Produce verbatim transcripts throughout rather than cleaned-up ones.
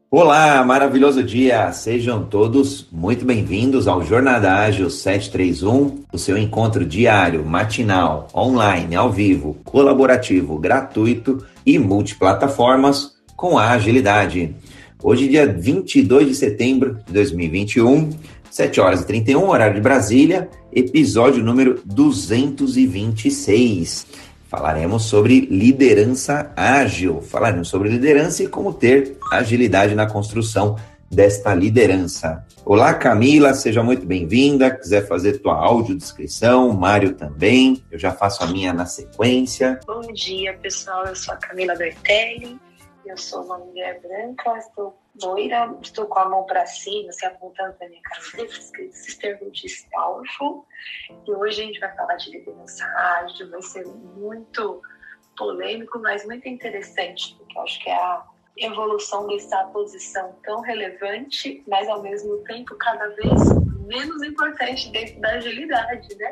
Olá, maravilhoso dia! Sejam todos muito bem-vindos ao Jornada Ágil setecentos e trinta e um, o seu encontro diário, matinal, online, ao vivo, colaborativo, gratuito e multiplataformas com a agilidade. Hoje, dia vinte e dois de setembro de dois mil e vinte e um, sete horas e trinta e um, horário de Brasília, episódio número duzentos e vinte e seis. Falaremos sobre liderança ágil, falaremos sobre liderança e como ter agilidade na construção desta liderança. Olá, Camila, seja muito bem-vinda. Quiser fazer tua audiodescrição, Mário também, eu já faço a minha na sequência. Bom dia, pessoal, eu sou a Camila Bertelli, eu sou uma mulher branca, estou loira, estou com a mão para cima, se apontando para minha cabeça, escrito Sisterhood is Powerful. E hoje a gente vai falar de liderança ágil, vai ser muito polêmico, mas muito interessante, porque eu acho que é a evolução dessa posição tão relevante, mas ao mesmo tempo cada vez menos importante dentro da agilidade, né?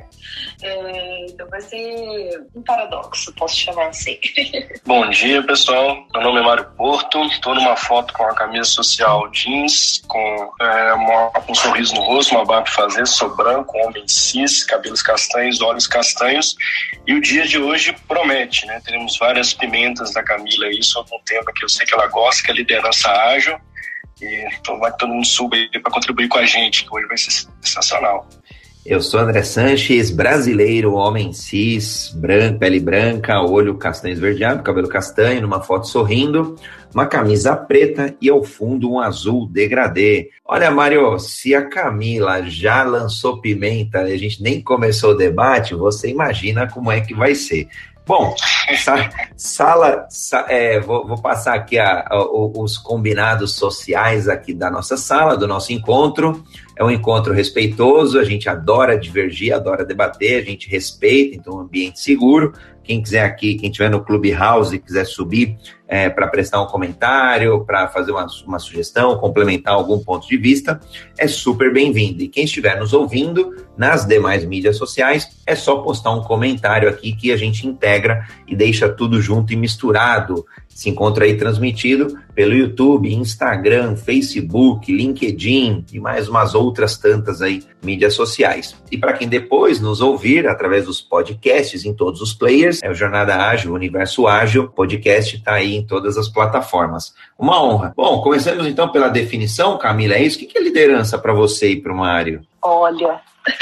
É, então vai ser um paradoxo, posso chamar assim. Bom dia, pessoal. Meu nome é Mário Porto. Estou numa foto com a camisa social jeans, com é, uma, um sorriso no rosto, uma barba para fazer. Sou branco, homem cis, cabelos castanhos, olhos castanhos. E o dia de hoje promete, né? Teremos várias pimentas da Camila aí sobre um tema que eu sei que ela gosta, que é liderança ágil. E então vai que todo mundo suba aí para contribuir com a gente, que hoje vai ser sensacional. Eu sou André Sanches, brasileiro, homem cis, branco, pele branca, olho castanho esverdeado, cabelo castanho, numa foto sorrindo, uma camisa preta e ao fundo um azul degradê. Olha, Mário, se a Camila já lançou pimenta e a gente nem começou o debate, você imagina como é que vai ser. Bom, sa, sala, sa, é, vou, vou passar aqui a, a, os combinados sociais aqui da nossa sala, do nosso encontro. É um encontro respeitoso, a gente adora divergir, adora debater, a gente respeita, então um ambiente seguro. Quem quiser aqui, quem estiver no Clubhouse e quiser subir é, para prestar um comentário, para fazer uma, uma sugestão, complementar algum ponto de vista, é super bem-vindo. E quem estiver nos ouvindo nas demais mídias sociais, é só postar um comentário aqui que a gente integra e deixa tudo junto e misturado. Se encontra aí transmitido pelo YouTube, Instagram, Facebook, LinkedIn e mais umas outras tantas aí mídias sociais. E para quem depois nos ouvir através dos podcasts em todos os players, é o Jornada Ágil, o Universo Ágil, podcast está aí em todas as plataformas. Uma honra. Bom, começamos então pela definição, Camila, é isso? O que é liderança para você e para o Mário? Olha,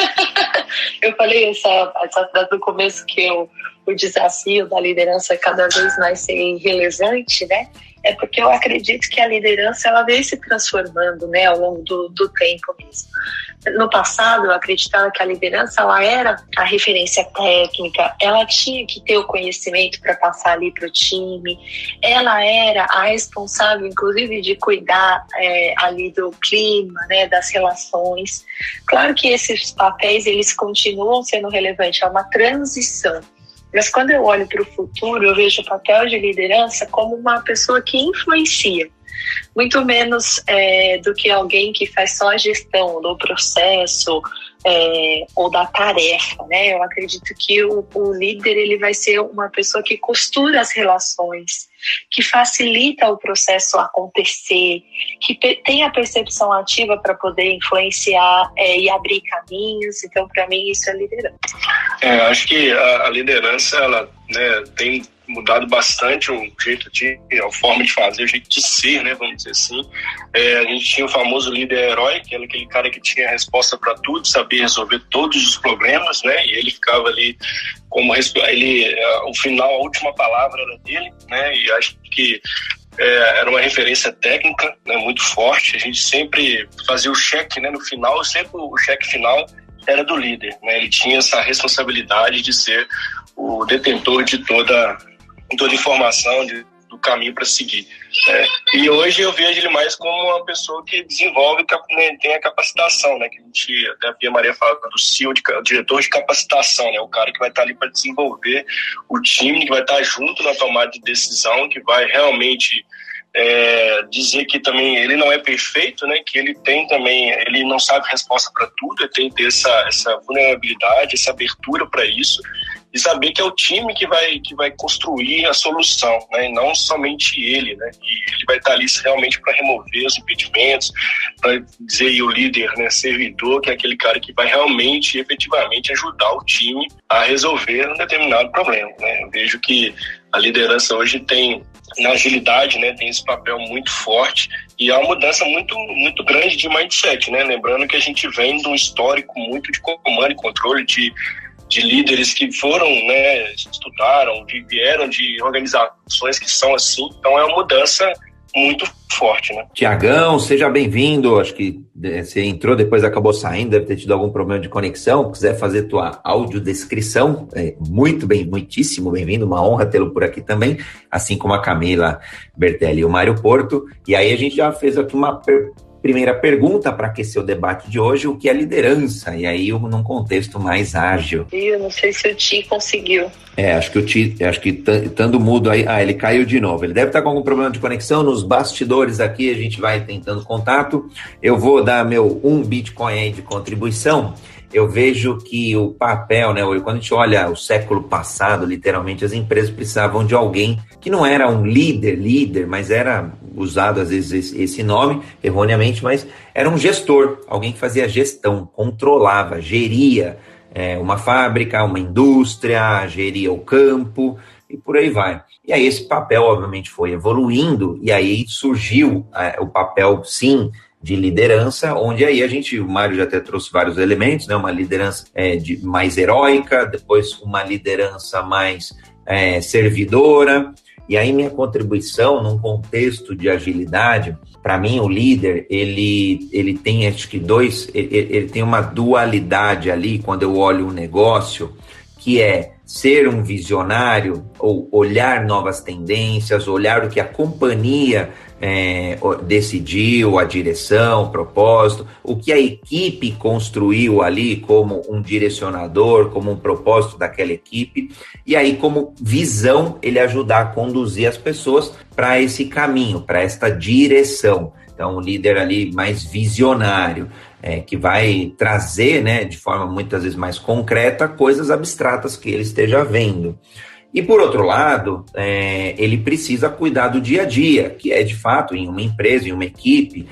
eu falei essa, essa frase no começo que eu, o desafio da liderança cada vez mais ser relevante, né? É porque eu acredito que a liderança ela vem se transformando, né, ao longo do, do tempo mesmo. No passado, eu acreditava que a liderança ela era a referência técnica, ela tinha que ter o conhecimento para passar ali para o time, ela era a responsável, inclusive, de cuidar é, ali do clima, né, das relações. Claro que esses papéis eles continuam sendo relevantes, é uma transição. Mas quando eu olho para o futuro, eu vejo o papel de liderança como uma pessoa que influencia, muito menos é, do que alguém que faz só a gestão do processo é, ou da tarefa, né? Eu acredito que o, o líder ele vai ser uma pessoa que costura as relações, que facilita o processo acontecer, que pe- tem a percepção ativa para poder influenciar é, e abrir caminhos. Então, para mim, isso é liderança. É, acho que a, a liderança ela, né, tem mudado bastante o jeito de, a forma de fazer, o jeito de ser, né, vamos dizer assim. É, a gente tinha o famoso líder herói, que era aquele cara que tinha a resposta para tudo, sabia resolver todos os problemas, né, e ele ficava ali como ele, o final, a última palavra era dele, né, e acho que é, era uma referência técnica, né, muito forte. A gente sempre fazia o cheque, né, no final, sempre o cheque final era do líder, né, ele tinha essa responsabilidade de ser o detentor de toda toda a informação, de, do caminho para seguir. Né? E hoje eu vejo ele mais como uma pessoa que desenvolve, né, tem a capacitação, né? Que a gente, até a Pia Maria fala do C E O, de, diretor de capacitação, né? O cara que vai estar ali para desenvolver o time, que vai estar junto na tomada de decisão, que vai realmente é, dizer que também ele não é perfeito, né? Que ele tem também, ele não sabe resposta para tudo, ele tem que ter essa, essa vulnerabilidade, essa abertura para isso. e saber que é o time que vai, que vai construir a solução, né? E não somente ele, né? E ele vai estar ali realmente para remover os impedimentos, para dizer aí o líder, né, servidor, que é aquele cara que vai realmente, efetivamente ajudar o time a resolver um determinado problema, né? Eu vejo que a liderança hoje tem, na agilidade, né, tem esse papel muito forte e é uma mudança muito, muito grande de mindset, né? Lembrando que a gente vem de um histórico muito de comando e controle, de, de líderes que foram, né, estudaram, de, vieram de organizações que são assim, então é uma mudança muito forte, né? Tiagão, seja bem-vindo. Acho que você entrou, depois acabou saindo, deve ter tido algum problema de conexão. Se quiser fazer tua audiodescrição, é muito bem, muitíssimo bem-vindo, uma honra tê-lo por aqui também, assim como a Camila Bertelli e o Mário Porto. E aí a gente já fez aqui uma per- primeira pergunta para aquecer o debate de hoje, o que é liderança? E aí num contexto mais ágil. Eu não sei se o Ti conseguiu. É, acho que o Ti, acho que estando mudo aí, ah, ele caiu de novo. Ele deve estar com algum problema de conexão. Nos bastidores aqui a gente vai tentando contato. Eu vou dar meu um Bitcoin aí de contribuição. Eu vejo que o papel, né, quando a gente olha o século passado, literalmente, as empresas precisavam de alguém que não era um líder, líder, mas era usado às vezes esse nome, erroneamente, mas era um gestor, alguém que fazia gestão, controlava, geria é, uma fábrica, uma indústria, geria o campo e por aí vai. E aí esse papel, obviamente, foi evoluindo e aí surgiu é, o papel, sim, de liderança, onde aí a gente, o Mário já até trouxe vários elementos, né? Uma liderança é, de, mais heróica, depois uma liderança mais é, servidora, e aí minha contribuição num contexto de agilidade, para mim o líder, ele, ele tem acho que dois, ele, ele tem uma dualidade ali, quando eu olho um negócio, que é ser um visionário, ou olhar novas tendências, olhar o que a companhia é, decidiu, a direção, o propósito, o que a equipe construiu ali como um direcionador, como um propósito daquela equipe, e aí como visão ele ajudar a conduzir as pessoas para esse caminho, para esta direção. Então o líder ali mais visionário, É, que vai trazer, né, de forma muitas vezes mais concreta, coisas abstratas que ele esteja vendo. E, por outro lado, é, ele precisa cuidar do dia a dia, que é, de fato, em uma empresa, em uma equipe,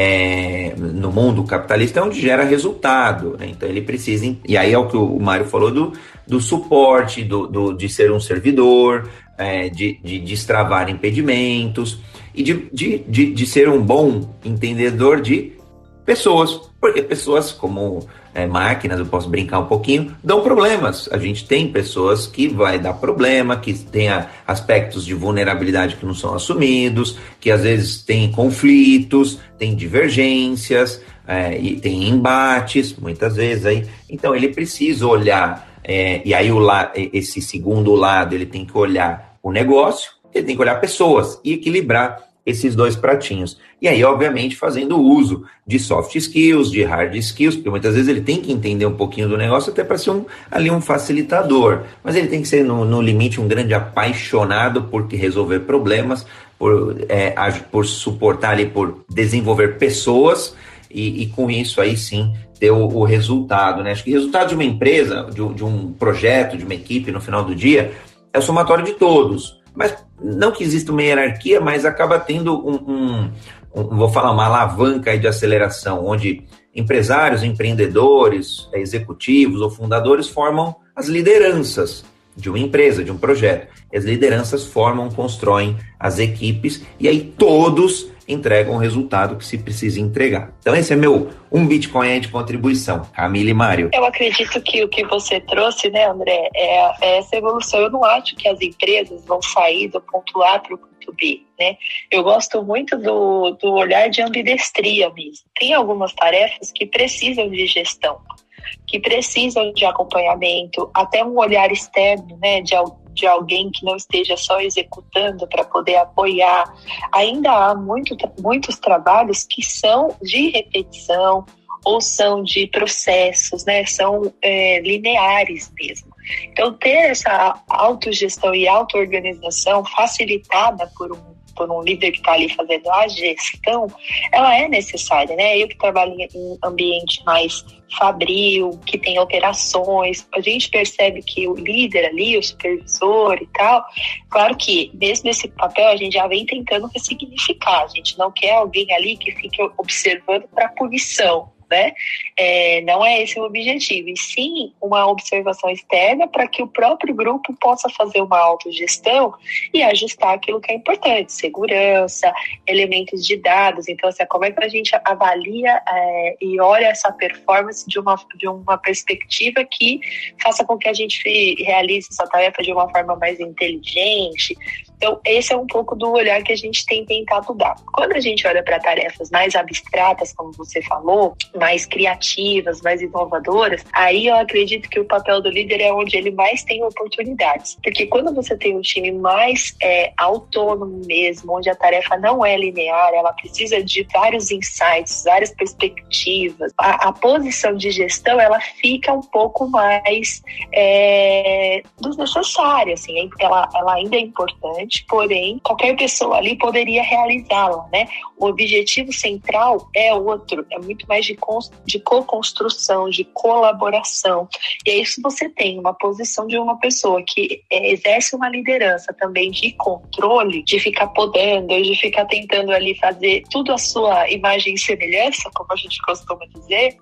é, no mundo capitalista, é onde gera resultado, né? Então, ele precisa... E aí é o que o Mário falou do, do suporte, do, do, de ser um servidor, é, de, de destravar impedimentos e de, de, de, de ser um bom entendedor de pessoas, porque pessoas como é, máquinas, eu posso brincar um pouquinho, dão problemas. A gente tem pessoas que vai dar problema, que tem a, aspectos de vulnerabilidade que não são assumidos, que às vezes tem conflitos, tem divergências, é, e tem embates, muitas vezes aí. Então ele precisa olhar, é, e aí o la, esse segundo lado, ele tem que olhar o negócio, ele tem que olhar pessoas e equilibrar esses dois pratinhos. E aí, obviamente, fazendo uso de soft skills, de hard skills, porque muitas vezes ele tem que entender um pouquinho do negócio até para ser um, ali um facilitador. Mas ele tem que ser, no, no limite, um grande apaixonado por resolver problemas, por, é, por suportar ali, por desenvolver pessoas e, e com isso aí sim ter o, o resultado, né? Acho que o resultado de uma empresa, de, de um projeto, de uma equipe no final do dia, é o somatório de todos. Mas não que exista uma hierarquia, mas acaba tendo um, um, um vou falar, uma alavanca aí de aceleração, onde empresários, empreendedores, executivos ou fundadores formam as lideranças de uma empresa, de um projeto. E as lideranças formam, constroem as equipes e aí todos entregam o resultado que se precisa entregar. Então esse é meu um Bitcoin de contribuição. Camila e Mário. Eu acredito que o que você trouxe, né, André, é, é essa evolução. Eu não acho que as empresas vão sair do ponto A para o ponto B, né? Eu gosto muito do, do olhar de ambidestria mesmo. Tem algumas tarefas que precisam de gestão, que precisam de acompanhamento, até um olhar externo, né, de de alguém que não esteja só executando para poder apoiar. Ainda há muito, muitos trabalhos que são de repetição ou são de processos, né? São é, lineares mesmo. Então, ter essa autogestão e auto-organização facilitada por um, por um líder que está ali fazendo a gestão, ela é necessária, né? Eu que trabalho em ambiente mais fabril, que tem operações, a gente percebe que o líder ali, o supervisor e tal, claro que mesmo esse papel a gente já vem tentando ressignificar, a gente não quer alguém ali que fique observando para punição, né? É, não é esse o objetivo, e sim uma observação externa para que o próprio grupo possa fazer uma autogestão e ajustar aquilo que é importante, segurança, elementos de dados. Então, assim, como é que a gente avalia é, e olha essa performance de uma, de uma perspectiva que faça com que a gente realize essa tarefa de uma forma mais inteligente. Então, esse é um pouco do olhar que a gente tem tentado dar. Quando a gente olha para tarefas mais abstratas, como você falou, mais criativas, mais inovadoras, aí eu acredito que o papel do líder é onde ele mais tem oportunidades. Porque quando você tem um time mais é, autônomo mesmo, onde a tarefa não é linear, ela precisa de vários insights, várias perspectivas, a, a posição de gestão, ela fica um pouco mais é, desnecessária, assim, ela, ela ainda é importante, porém, qualquer pessoa ali poderia realizá-la, né? O objetivo central é outro, é muito mais de, de co-construção, de colaboração. E aí, se você tem uma posição de uma pessoa que é, exerce uma liderança também de controle, de ficar podando, de ficar tentando ali fazer tudo a sua imagem e semelhança, como a gente costuma dizer,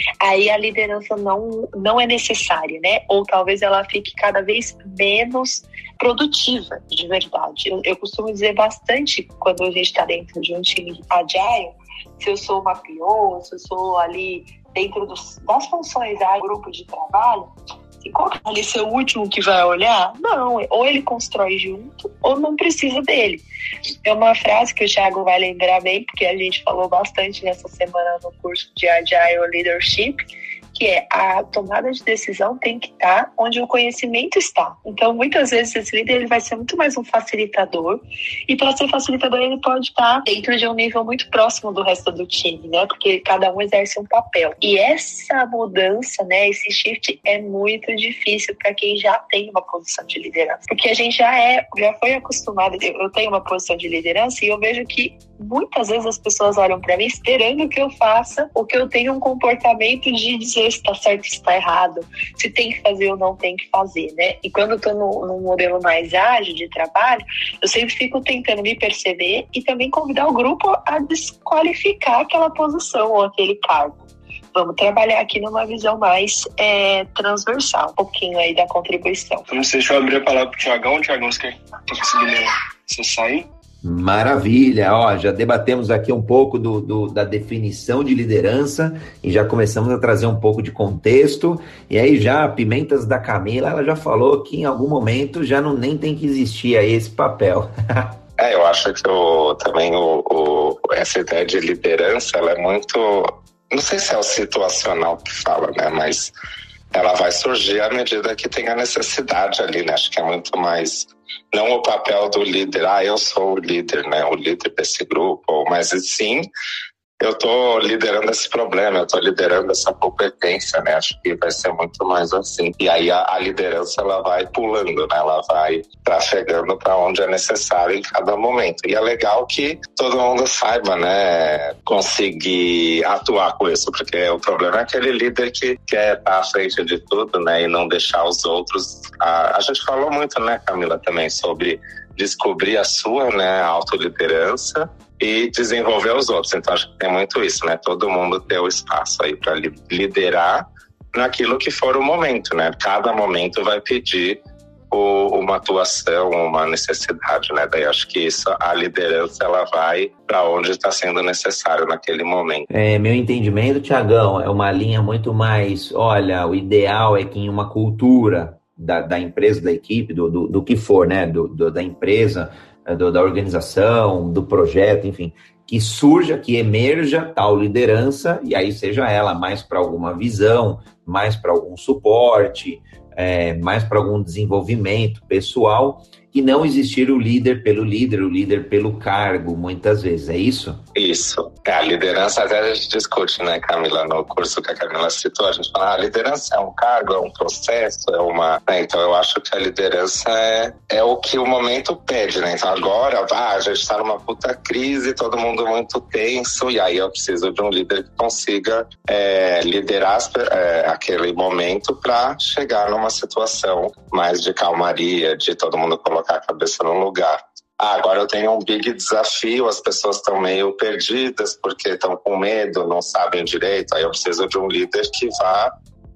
aí a liderança não, não é necessária, né? Ou talvez ela fique cada vez menos produtiva, de verdade. Eu, eu costumo dizer bastante, quando a gente está dentro de um time agile, se eu sou uma P O, se eu sou ali dentro dos, das funções do grupo de trabalho, e qual que vai ser o último que vai olhar? Não, ou ele constrói junto, ou não precisa dele. É uma frase que o Thiago vai lembrar bem, porque a gente falou bastante nessa semana no curso de Agile Leadership, que é a tomada de decisão tem que estar onde o conhecimento está. Então, muitas vezes, esse líder ele vai ser muito mais um facilitador, e para ser facilitador, ele pode estar dentro de um nível muito próximo do resto do time, né? Porque cada um exerce um papel. E essa mudança, né, esse shift é muito difícil para quem já tem uma posição de liderança. Porque a gente já, é, já foi acostumado, eu tenho uma posição de liderança e eu vejo que muitas vezes as pessoas olham para mim esperando que eu faça ou que eu tenha um comportamento de dizer se está certo, se está errado, se tem que fazer ou não tem que fazer, né? E quando eu estou num modelo mais ágil de trabalho, eu sempre fico tentando me perceber e também convidar o grupo a desqualificar aquela posição ou aquele cargo. Vamos trabalhar aqui numa visão mais é, transversal, um pouquinho aí da contribuição. Então, deixa eu abrir a palavra para o Thiagão. Thiagão, você quer conseguir você sair? Maravilha, ó, já debatemos aqui um pouco do, do, da definição de liderança e já começamos a trazer um pouco de contexto, e aí já a Pimentas da Camila, ela já falou que em algum momento já não nem tem que existir aí esse papel. É, eu acho que o, também o, o, essa ideia de liderança, ela é muito, não sei se é o situacional que fala, né, mas ela vai surgir à medida que tem a necessidade ali, né, acho que é muito mais... Não o papel do líder, ah, eu sou o líder, né, o líder desse grupo, mas sim, eu estou liderando esse problema, eu estou liderando essa competência, né, acho que vai ser muito mais assim. E aí a, a liderança, ela vai pulando, né, ela vai trafegando para onde é necessário em cada momento. E é legal que todo mundo saiba, né, conseguir atuar com isso, porque o problema é aquele líder que quer estar à frente de tudo, né, e não deixar os outros... A, a gente falou muito, né, Camila, também sobre descobrir a sua, né, autoliderança e desenvolver os outros. Então, acho que tem muito isso, né? Todo mundo ter o espaço aí para liderar naquilo que for o momento, né? Cada momento vai pedir o, uma atuação, uma necessidade, né? Daí acho que isso, a liderança, ela vai para onde está sendo necessário naquele momento. É, meu entendimento, Thiagão, é uma linha muito mais, olha, o ideal é que em uma cultura da, da empresa, da equipe, do, do, do que for, né? Do, do, da empresa... Do, da organização, do projeto, enfim, que surja, que emerja tal liderança, e aí seja ela mais para alguma visão, mais para algum suporte, é, mais para algum desenvolvimento pessoal, e não existir o líder pelo líder, o líder pelo cargo, muitas vezes, é isso? Isso. É, a liderança até a gente discute, né, Camila, no curso que a Camila citou, a gente fala, ah, a liderança é um cargo, é um processo, é uma... Né, então eu acho que a liderança é, é o que o momento pede, né? Então agora, ah, a gente tá numa puta crise, todo mundo muito tenso, e aí eu preciso de um líder que consiga é, liderar as, é, aquele momento para chegar numa situação mais de calmaria, de todo mundo colocar a cabeça no lugar. Ah, agora eu tenho um big desafio, as pessoas estão meio perdidas porque estão com medo, não sabem direito, aí eu preciso de um líder que vá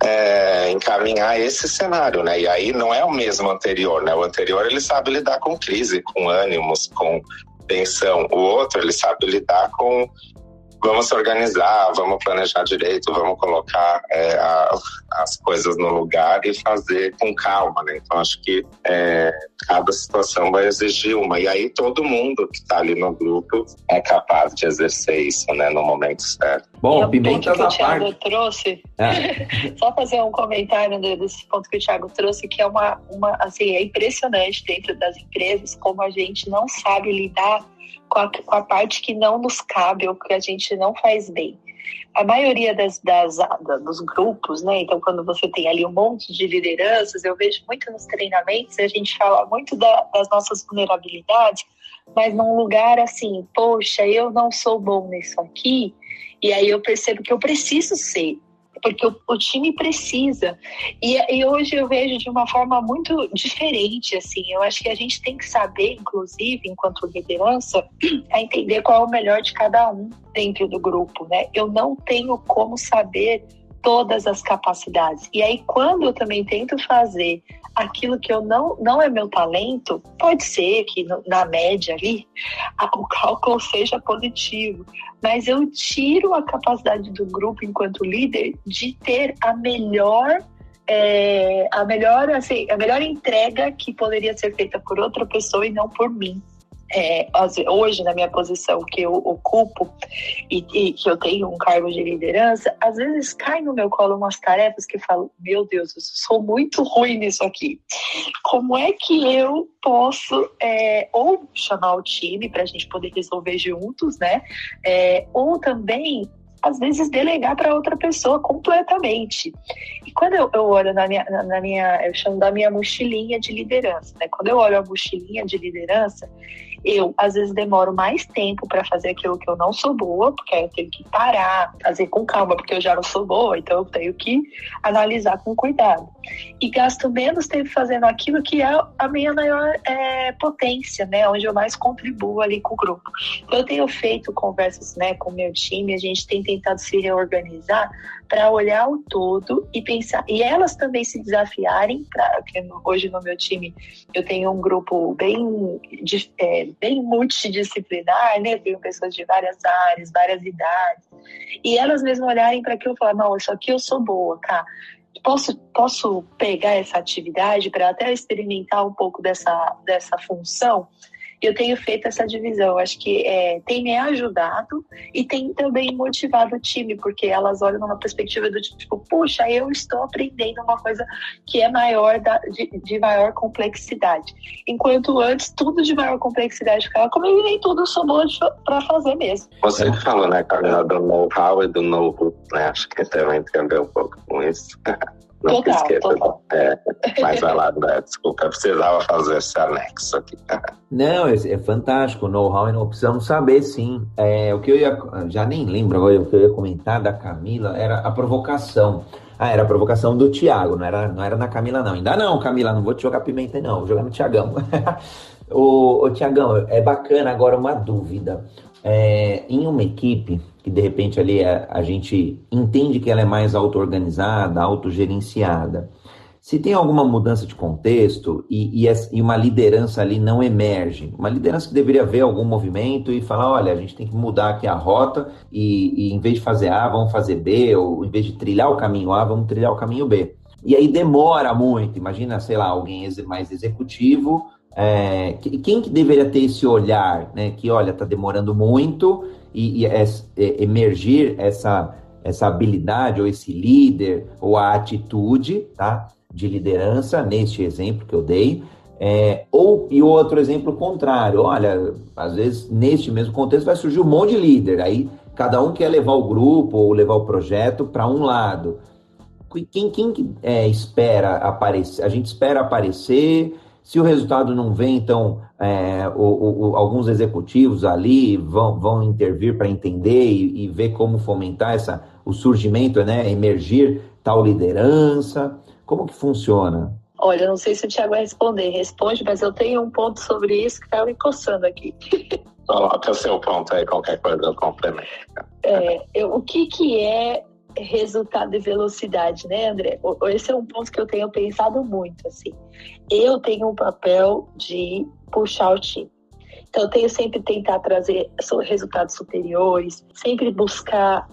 é, encaminhar esse cenário, né? E aí não é o mesmo anterior, né? O anterior ele sabe lidar com crise, com ânimos, com tensão. O outro ele sabe lidar com vamos se organizar, vamos planejar direito, vamos colocar é, a, as coisas no lugar e fazer com calma, né? Então, acho que é, cada situação vai exigir uma. E aí, todo mundo que está ali no grupo é capaz de exercer isso, né? No momento certo. Bom, Pimenta da parte... que o Thiago trouxe, é. Só fazer um comentário desse ponto que o Thiago trouxe, que é uma, uma, assim, é impressionante dentro das empresas como a gente não sabe lidar Com a, com a parte que não nos cabe ou que a gente não faz bem. A maioria das, das, dos grupos, né? Então, quando você tem ali um monte de lideranças, eu vejo muito nos treinamentos, a gente fala muito da, das nossas vulnerabilidades, mas num lugar assim, poxa, eu não sou bom nisso aqui, e aí eu percebo que eu preciso ser, porque o, o time precisa. E, e hoje eu vejo de uma forma muito diferente, assim. Eu acho que a gente tem que saber, inclusive, enquanto liderança, a entender qual é o melhor de cada um dentro do grupo, né? Eu não tenho como saber todas as capacidades. E aí, quando eu também tento fazer aquilo que eu não, não é meu talento, pode ser que no, na média ali o cálculo seja positivo, mas eu tiro a capacidade do grupo enquanto líder de ter a melhor é, a melhor assim, a melhor entrega que poderia ser feita por outra pessoa e não por mim. É, hoje, na minha posição que eu ocupo e, e que eu tenho um cargo de liderança, às vezes cai no meu colo umas tarefas que eu falo, meu Deus, eu sou muito ruim nisso aqui. Como é que eu posso é, ou chamar o time para a gente poder resolver juntos, né? É, ou também às vezes delegar para outra pessoa completamente. E quando eu, eu olho na minha, na, na minha, eu chamo da minha mochilinha de liderança, né? Quando eu olho a mochilinha de liderança, eu às vezes demoro mais tempo para fazer aquilo que eu não sou boa, porque aí eu tenho que parar, fazer com calma, porque eu já não sou boa, então eu tenho que analisar com cuidado. E gasto menos tempo fazendo aquilo que é a minha maior é, potência, né? Onde eu mais contribuo ali com o grupo. Então eu tenho feito conversas, né, com o meu time, a gente tem tentado se reorganizar para olhar o todo e pensar, e elas também se desafiarem, pra, porque hoje no meu time eu tenho um grupo bem, é, bem multidisciplinar, né? Tenho pessoas de várias áreas, várias idades, e elas mesmas olharem para aquilo e falar, não, isso aqui eu sou boa, cara. Posso, posso pegar essa atividade para até experimentar um pouco dessa, dessa função? Eu tenho feito essa divisão, acho que é, tem me ajudado e tem também motivado o time, porque elas olham numa perspectiva do tipo, puxa, eu estou aprendendo uma coisa que é maior, da, de, de maior complexidade. Enquanto antes, tudo de maior complexidade ficava comigo e nem tudo eu sou boa para fazer mesmo. Você falou, né, Camila, do know-how e do know-who, né? Acho que também entendeu um pouco com isso. Não total, esqueça. total. É, mas vai lá, né? Desculpa, eu precisava fazer esse anexo aqui. Não, é, é fantástico, know-how e não precisamos saber, sim. É, o que eu ia, já nem lembro agora, o que eu ia comentar da Camila era a provocação. Ah, era a provocação do Thiago, não era, não era na Camila, não. Ainda não, Camila, não vou te jogar pimenta, não, vou jogar no Thiagão. ô, ô, Thiagão, é bacana agora uma dúvida. É, em uma equipe que de repente ali a, a gente entende que ela é mais auto-organizada, autogerenciada, se tem alguma mudança de contexto e, e, e uma liderança ali não emerge, uma liderança que deveria ver algum movimento e falar, olha, a gente tem que mudar aqui a rota e, e em vez de fazer A, vamos fazer B, ou em vez de trilhar o caminho A, vamos trilhar o caminho B. E aí demora muito, imagina, sei lá, alguém mais executivo. É, quem que deveria ter esse olhar, né? Que, olha, tá demorando muito e, e é, é, emergir essa, essa habilidade ou esse líder ou a atitude, tá? De liderança, neste exemplo que eu dei, É, ou, e outro exemplo contrário, olha, às vezes neste mesmo contexto vai surgir um monte de líder, aí cada um quer levar o grupo ou levar o projeto para um lado. Quem, quem é, espera aparecer? A gente espera aparecer, se o resultado não vem, então é, o, o, alguns executivos ali vão, vão intervir para entender e, e ver como fomentar essa, o surgimento, né, emergir tal liderança. Como que funciona? Olha, não sei se o Thiago vai responder. Responde, mas eu tenho um ponto sobre isso que está me coçando aqui. Coloca o seu ponto aí, qualquer coisa eu complemento. É, eu, o que, que é resultado e velocidade, né, André? Esse é um ponto que eu tenho pensado muito, assim. Eu tenho um papel de puxar o time. Então, eu tenho sempre tentar trazer resultados superiores, sempre buscar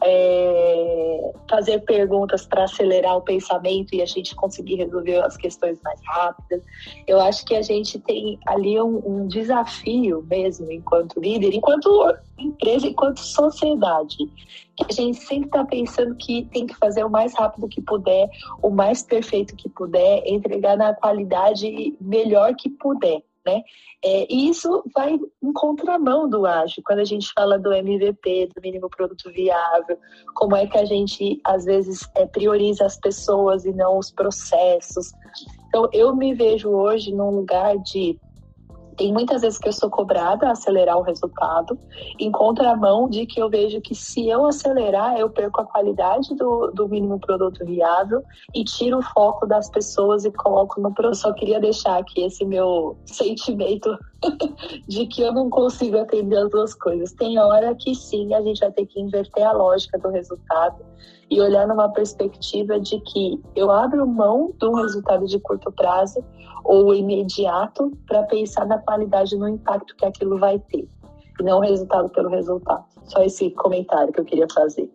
é, fazer perguntas para acelerar o pensamento e a gente conseguir resolver as questões mais rápidas. Eu acho que a gente tem ali um, um desafio mesmo, enquanto líder, enquanto empresa, enquanto sociedade, que a gente sempre está pensando que tem que fazer o mais rápido que puder, o mais perfeito que puder, entregar na qualidade melhor que puder. Né? É, e isso vai em contramão do ágil, quando a gente fala do M V P, do mínimo produto viável, como é que a gente às vezes é, prioriza as pessoas e não os processos. Então eu me vejo hoje num lugar de tem muitas vezes que eu sou cobrada a acelerar o resultado, em contramão de que eu vejo que se eu acelerar, eu perco a qualidade do, do mínimo produto viável e tiro o foco das pessoas e coloco no produto. Eu só queria deixar aqui esse meu sentimento de que eu não consigo atender as duas coisas. Tem hora que sim, a gente vai ter que inverter a lógica do resultado e olhar numa perspectiva de que eu abro mão de um resultado de curto prazo ou imediato para pensar na qualidade, no impacto que aquilo vai ter, e não o resultado pelo resultado. Só esse comentário que eu queria fazer.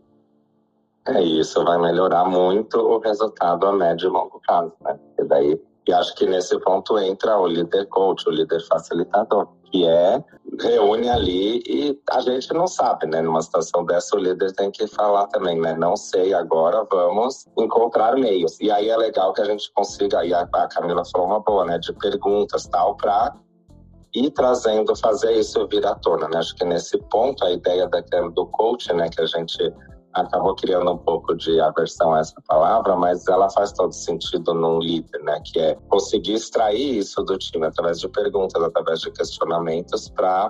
É isso, vai melhorar muito o resultado a médio e longo prazo, né? E daí, e acho que nesse ponto entra o líder coach, o líder facilitador, que é, reúne ali e a gente não sabe, né? Numa situação dessa, o líder tem que falar também, né? Não sei agora, vamos encontrar meios. E aí é legal que a gente consiga, aí a Camila falou uma boa, né? De perguntas, tal, para ir trazendo, fazer isso vir à tona, né? Acho que nesse ponto, a ideia daquela, do coach, né? Que a gente acabou criando um pouco de aversão a essa palavra, mas ela faz todo sentido num líder, né? Que é conseguir extrair isso do time através de perguntas, através de questionamentos, para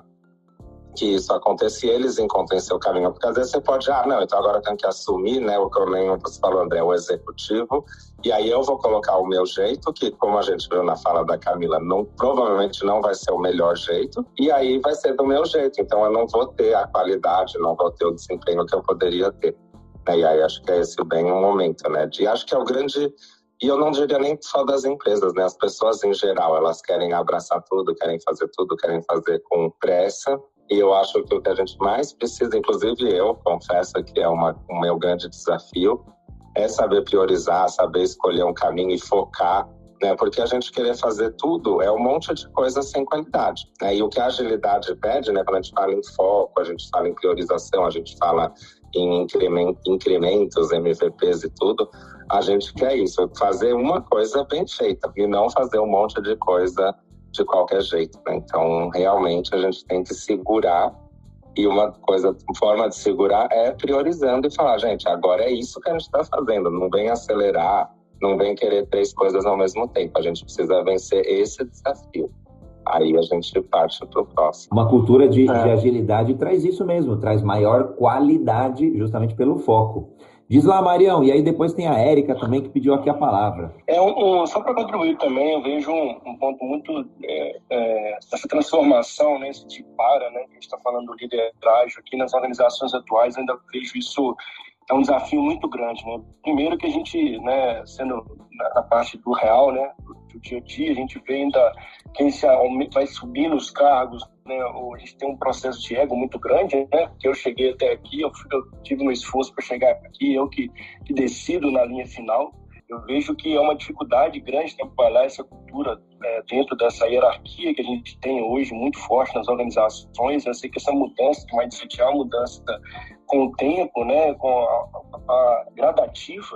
que isso aconteça e eles encontrem seu caminho. Porque às vezes você pode, ah, não, então agora eu tenho que assumir, né? O que eu nem você falou, André, o executivo, e aí eu vou colocar o meu jeito, que como a gente viu na fala da Camila, não, provavelmente não vai ser o melhor jeito, e aí vai ser do meu jeito. Então eu não vou ter a qualidade, não vou ter o desempenho que eu poderia ter. E aí acho que é esse bem o momento, né? De, acho que é o grande... E eu não diria nem só das empresas, né? As pessoas em geral, elas querem abraçar tudo, querem fazer tudo, querem fazer com pressa. E eu acho que o que a gente mais precisa, inclusive eu, confesso que é uma, um meu grande desafio, é saber priorizar, saber escolher um caminho e focar, né? Porque a gente querer fazer tudo é um monte de coisa sem qualidade, né? E o que a agilidade pede, né? Quando a gente fala em foco, a gente fala em priorização, a gente fala em incrementos, M V Ps e tudo, a gente quer isso, fazer uma coisa bem feita e não fazer um monte de coisa de qualquer jeito, né? Então, realmente, a gente tem que segurar, e uma coisa, uma forma de segurar é priorizando e falar, gente, agora é isso que a gente está fazendo, não vem acelerar, não vem querer três coisas ao mesmo tempo, a gente precisa vencer esse desafio. Aí a gente parte para o próximo. Uma cultura de, é. de agilidade traz isso mesmo, traz maior qualidade justamente pelo foco. Diz lá, Marião, e aí depois tem a Érica também que pediu aqui a palavra. É um, um, só para contribuir também, eu vejo um, um ponto muito é, é, dessa transformação, né, esse tipo para, né, que a gente está falando do liderazgo aqui nas organizações atuais, ainda vejo isso, é um desafio muito grande, né? Primeiro que a gente, né, sendo na, na parte do real, né, do dia a dia, a gente vê ainda quem se vai subir nos cargos, né, a gente tem um processo de ego muito grande, né, porque eu cheguei até aqui, eu, eu tive um esforço para chegar aqui, eu que, que decido na linha final. Eu vejo que é uma dificuldade grande trabalhar essa cultura é, dentro dessa hierarquia que a gente tem hoje muito forte nas organizações. Eu sei que essa mudança de mindset é uma mudança com o tempo, né, com a, a, a gradativa,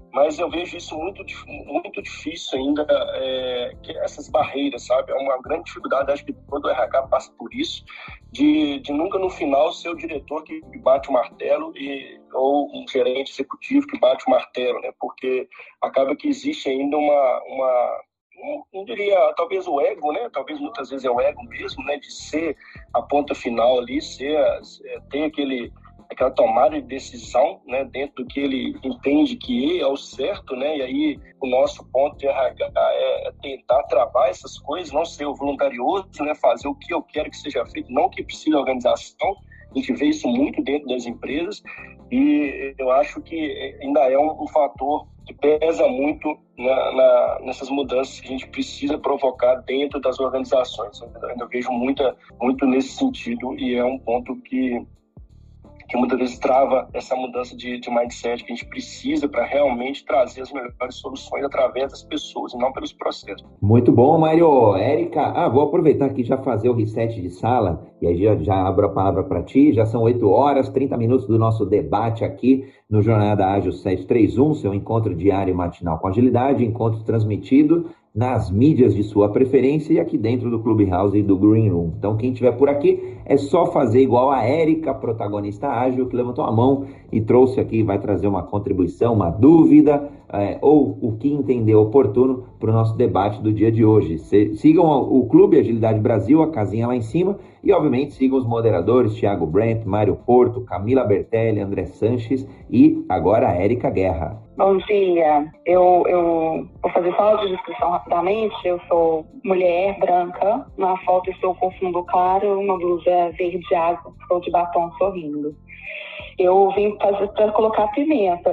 mas eu vejo isso muito, muito difícil ainda, é, que essas barreiras, sabe? É uma grande dificuldade, acho que todo o R H passa por isso, de, de nunca no final ser o diretor que bate o martelo e, ou um gerente executivo que bate o martelo, né? Porque acaba que existe ainda uma... uma não diria, talvez o ego, né? Talvez muitas vezes é o ego mesmo, né? De ser a ponta final ali, ser, é, ter aquele, aquela tomada de decisão, né? Dentro do que ele entende que é o certo, né? E aí o nosso ponto de R H é tentar travar essas coisas, não ser o voluntarioso, né? Fazer o que eu quero que seja feito, não o que precisa da organização. A gente vê isso muito dentro das empresas e eu acho que ainda é um, um fator que pesa muito na, na, nessas mudanças que a gente precisa provocar dentro das organizações. Eu ainda vejo muita, muito nesse sentido e é um ponto que, que muitas vezes trava essa mudança de, de mindset que a gente precisa para realmente trazer as melhores soluções através das pessoas e não pelos processos. Muito bom, Mário. Érica, ah, vou aproveitar aqui já fazer o reset de sala e aí já, já abro a palavra para ti. Já são oito horas, trinta minutos do nosso debate aqui no Jornada Ágil setecentos e trinta e um, seu encontro diário e matinal com agilidade, encontro transmitido nas mídias de sua preferência e aqui dentro do Clubhouse e do Green Room. Então, quem estiver por aqui, é só fazer igual a Érica, protagonista ágil, que levantou a mão e trouxe aqui, vai trazer uma contribuição, uma dúvida, é, ou o que entender oportuno para o nosso debate do dia de hoje. Se, sigam o Clube Agilidade Brasil, a casinha lá em cima, e obviamente sigam os moderadores, Thiago Brent, Mário Porto, Camila Bertelli, André Sanches e agora a Érica Guerra. Bom dia, eu, eu vou fazer só a descrição rapidamente. Eu sou mulher branca, na foto estou com fundo claro, uma blusa verde água, estou de batom sorrindo. Eu vim fazer para colocar pimenta.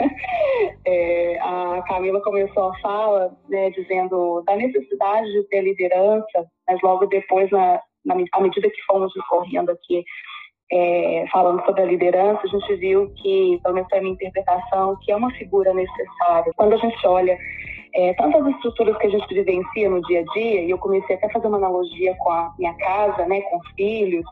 é, a Camila começou a fala, né, dizendo da necessidade de ter liderança, mas logo depois, na, na, à medida que fomos discorrendo aqui, É, falando sobre a liderança, a gente viu que, pelo menos foi a minha interpretação, que é uma figura necessária. Quando a gente olha é, tantas estruturas que a gente vivencia no dia a dia, e eu comecei até a fazer uma analogia com a minha casa, né, com os filhos,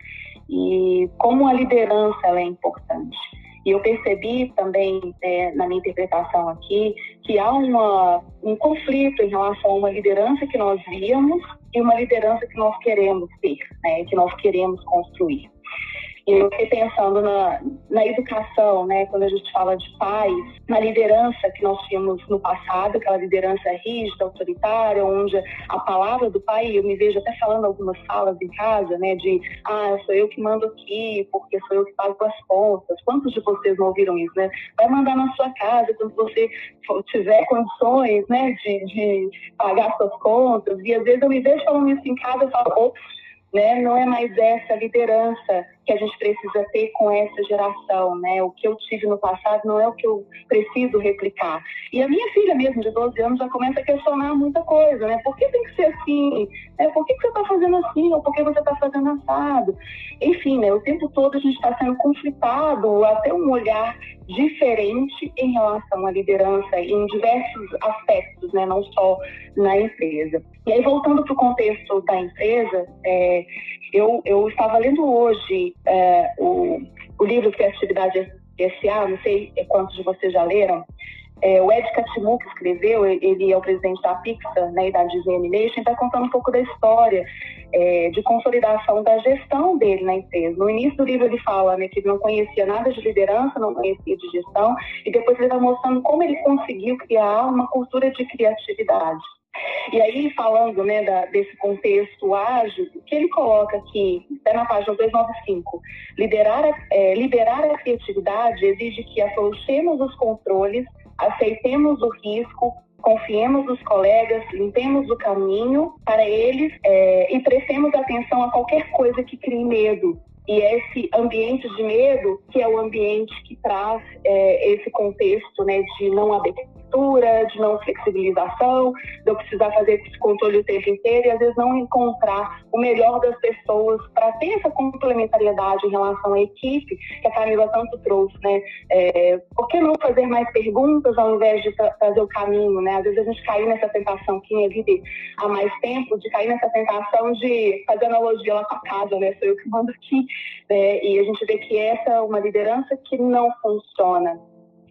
e como a liderança ela é importante. E eu percebi também, é, na minha interpretação aqui, que há uma, um conflito em relação a uma liderança que nós víamos e uma liderança que nós queremos ter, né, que nós queremos construir. E eu fiquei pensando na, na educação, né? Quando a gente fala de pais, na liderança que nós tínhamos no passado, aquela liderança rígida, autoritária, onde a palavra do pai, eu me vejo até falando algumas falas em casa, né? De, ah, sou eu que mando aqui, porque sou eu que pago as contas. Quantos de vocês não ouviram isso, né? Vai mandar na sua casa quando você tiver condições, né? De, de pagar suas contas. E às vezes eu me vejo falando isso em casa e falo, oh, né? Não é mais essa liderança que a gente precisa ter com essa geração, né? O que eu tive no passado não é o que eu preciso replicar. E a minha filha mesmo, de doze anos, já começa a questionar muita coisa, né? Por que tem que ser assim? Né? Por que que você está fazendo assim? Ou por que você está fazendo assado? Enfim, né? O tempo todo a gente está sendo conflitado, até um olhar diferente em relação à liderança em diversos aspectos, né? Não só na empresa. E aí, voltando para o contexto da empresa, é, eu, eu estava lendo hoje é, o, o livro Criatividade S A, não sei quantos de vocês já leram. É, o Ed Catmull, que escreveu, ele é o presidente da Pixar, né, e da Disney Animation, está contando um pouco da história é, de consolidação da gestão dele na empresa. No início do livro ele fala, né, que ele não conhecia nada de liderança, não conhecia de gestão, e depois ele está mostrando como ele conseguiu criar uma cultura de criatividade. E aí, falando, né, da, desse contexto ágil, o que ele coloca aqui, até na página duzentos e noventa e cinco, liderar a, é, liberar a criatividade exige que afrouxemos os controles, aceitemos o risco, confiemos nos colegas, limpemos o caminho para eles é, e prestemos atenção a qualquer coisa que crie medo. E esse ambiente de medo, que é o ambiente que traz é, esse contexto, né, de não abertura, de não flexibilização, de eu precisar fazer esse controle o tempo inteiro e às vezes não encontrar o melhor das pessoas para ter essa complementariedade em relação à equipe que a Camila tanto trouxe, né? É, por que não fazer mais perguntas ao invés de tra- trazer o caminho, né? Às vezes a gente cai nessa tentação, quem é líder há mais tempo, de cair nessa tentação de fazer analogia lá com a casa, né? Sou eu que mando aqui. É, e a gente vê que essa é uma liderança que não funciona.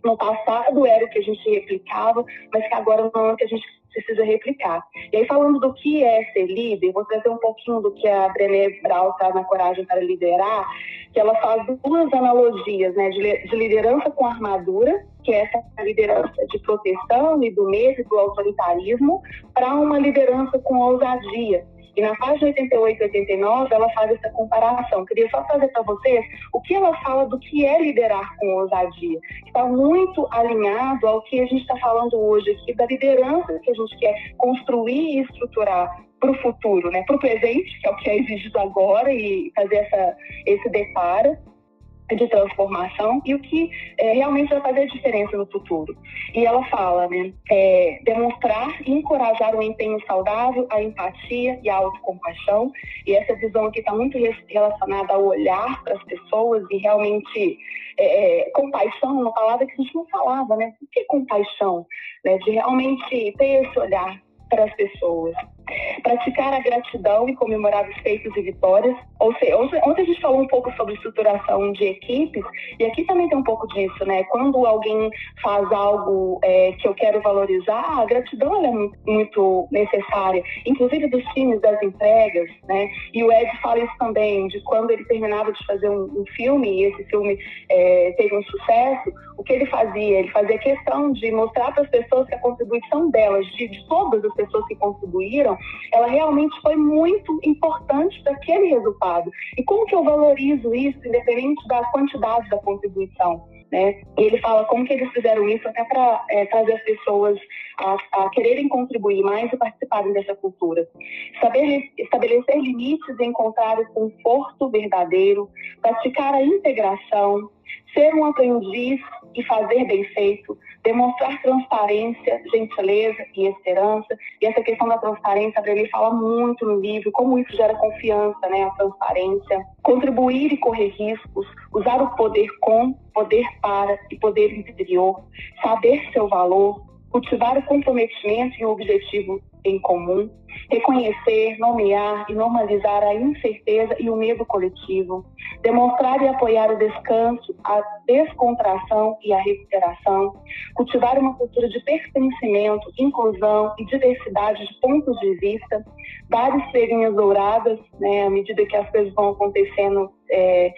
no passado era o que a gente replicava, mas que agora não é o que a gente precisa replicar. E aí, falando do que é ser líder, vou trazer um pouquinho do que a Brené Brown traz na Coragem para Liderar, que ela faz duas analogias, né, de liderança com armadura, que é essa liderança de proteção e do medo e do autoritarismo, para uma liderança com ousadia. E na página oitenta e oito e oitenta e nove, ela faz essa comparação. Queria só trazer para vocês o que ela fala do que é liderar com ousadia. Está muito alinhado ao que a gente está falando hoje aqui, da liderança que a gente quer construir e estruturar para o futuro, né? Para o presente, que é o que é exigido agora, e fazer essa, esse deparo de transformação, e o que é, realmente vai fazer a diferença no futuro. E ela fala, né, é, demonstrar e encorajar um empenho saudável, a empatia e a autocompaixão, e essa visão aqui está muito relacionada ao olhar para as pessoas e realmente é, é, compaixão, uma palavra que a gente não falava, né? O que é compaixão? Né? De realmente ter esse olhar para as pessoas. Praticar a gratidão e comemorar os feitos e vitórias. Ou seja, ontem a gente falou um pouco sobre estruturação de equipes, e aqui também tem um pouco disso, né? Quando alguém faz algo é, que eu quero valorizar, a gratidão ela é muito, muito necessária, inclusive dos times, das entregas, né? E o Ed fala isso também, de quando ele terminava de fazer um, um filme, e esse filme é, teve um sucesso, o que ele fazia? Ele fazia questão de mostrar para as pessoas que a contribuição delas, de, de todas as pessoas que contribuíram, ela realmente foi muito importante para aquele resultado. E como que eu valorizo isso, independente da quantidade da contribuição? Né? E ele fala como que eles fizeram isso até para é, trazer as pessoas a, a quererem contribuir mais e participarem dessa cultura. Saber estabelecer limites e encontrar o conforto verdadeiro, praticar a integração, ser um aprendiz e fazer bem feito, demonstrar transparência, gentileza e esperança. E essa questão da transparência, ele fala muito no livro, como isso gera confiança, né? A transparência. Contribuir e correr riscos, usar o poder com, poder para e poder interior, saber seu valor, cultivar o comprometimento e o objetivo em comum, reconhecer, nomear e normalizar a incerteza e o medo coletivo, demonstrar e apoiar o descanso, a descontração e a recuperação, cultivar uma cultura de pertencimento, inclusão e diversidade de pontos de vista, dar estrelinhas douradas, né, à medida que as coisas vão acontecendo é,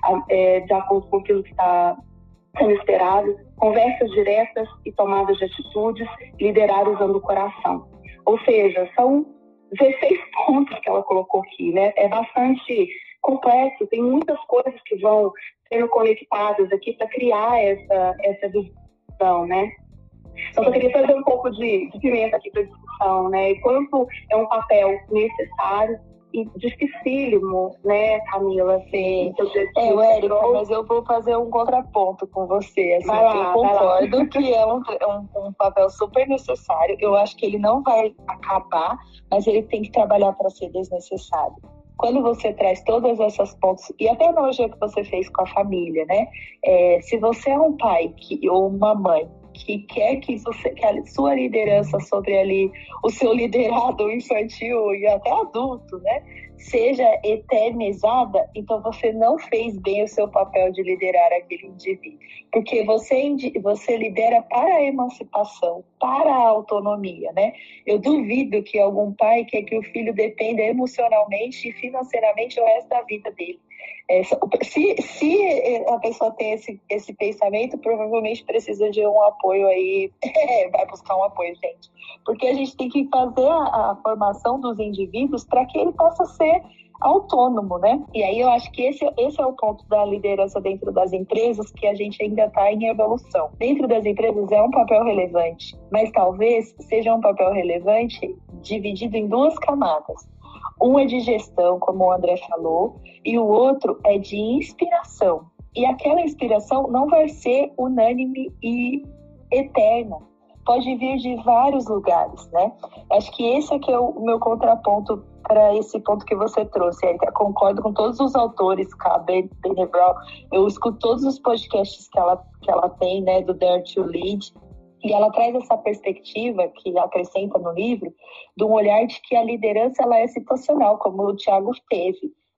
é, de acordo com aquilo que está sendo esperado, conversas diretas e tomadas de atitudes, liderar usando o coração. Ou seja, são dezesseis pontos que ela colocou aqui, né? É bastante complexo, tem muitas coisas que vão sendo conectadas aqui para criar essa, essa visão, né? Então, eu queria trazer um pouco de, de pimenta aqui para a discussão, né? E quanto é um papel necessário e dificílimo, né, Camila? Sim. É, o Érica, mas eu vou fazer um contraponto com você. Assim, vai lá, eu concordo que é um, um, um papel super necessário. Eu acho que ele não vai acabar, mas ele tem que trabalhar para ser desnecessário. Quando você traz todas essas pontos, e até a analogia que você fez com a família, né? É, se você é um pai que, ou uma mãe que quer que, você, que a sua liderança sobre ali, o seu liderado infantil e até adulto, né, seja eternizada, então você não fez bem o seu papel de liderar aquele indivíduo. Porque você, você lidera para a emancipação, para a autonomia, né? Eu duvido que algum pai quer que o filho dependa emocionalmente e financeiramente o resto da vida dele. É, se, se a pessoa tem esse, esse pensamento, provavelmente precisa de um apoio aí, vai buscar um apoio, gente. Porque a gente tem que fazer a, a formação dos indivíduos para que ele possa ser autônomo, né? E aí eu acho que esse, esse é o ponto da liderança dentro das empresas, que a gente ainda está em evolução. Dentro das empresas é um papel relevante, mas talvez seja um papel relevante dividido em duas camadas. Um é de gestão, como o André falou, e o outro é de inspiração. E aquela inspiração não vai ser unânime e eterna. Pode vir de vários lugares, né? Acho que esse aqui é o meu contraponto para esse ponto que você trouxe, Érica. Concordo com todos os autores, a Brené Brown. Eu escuto todos os podcasts que ela, que ela tem, né, do Dare to Lead. E ela traz essa perspectiva, que acrescenta no livro, de um olhar de que a liderança ela é situacional, como o Thiago teve.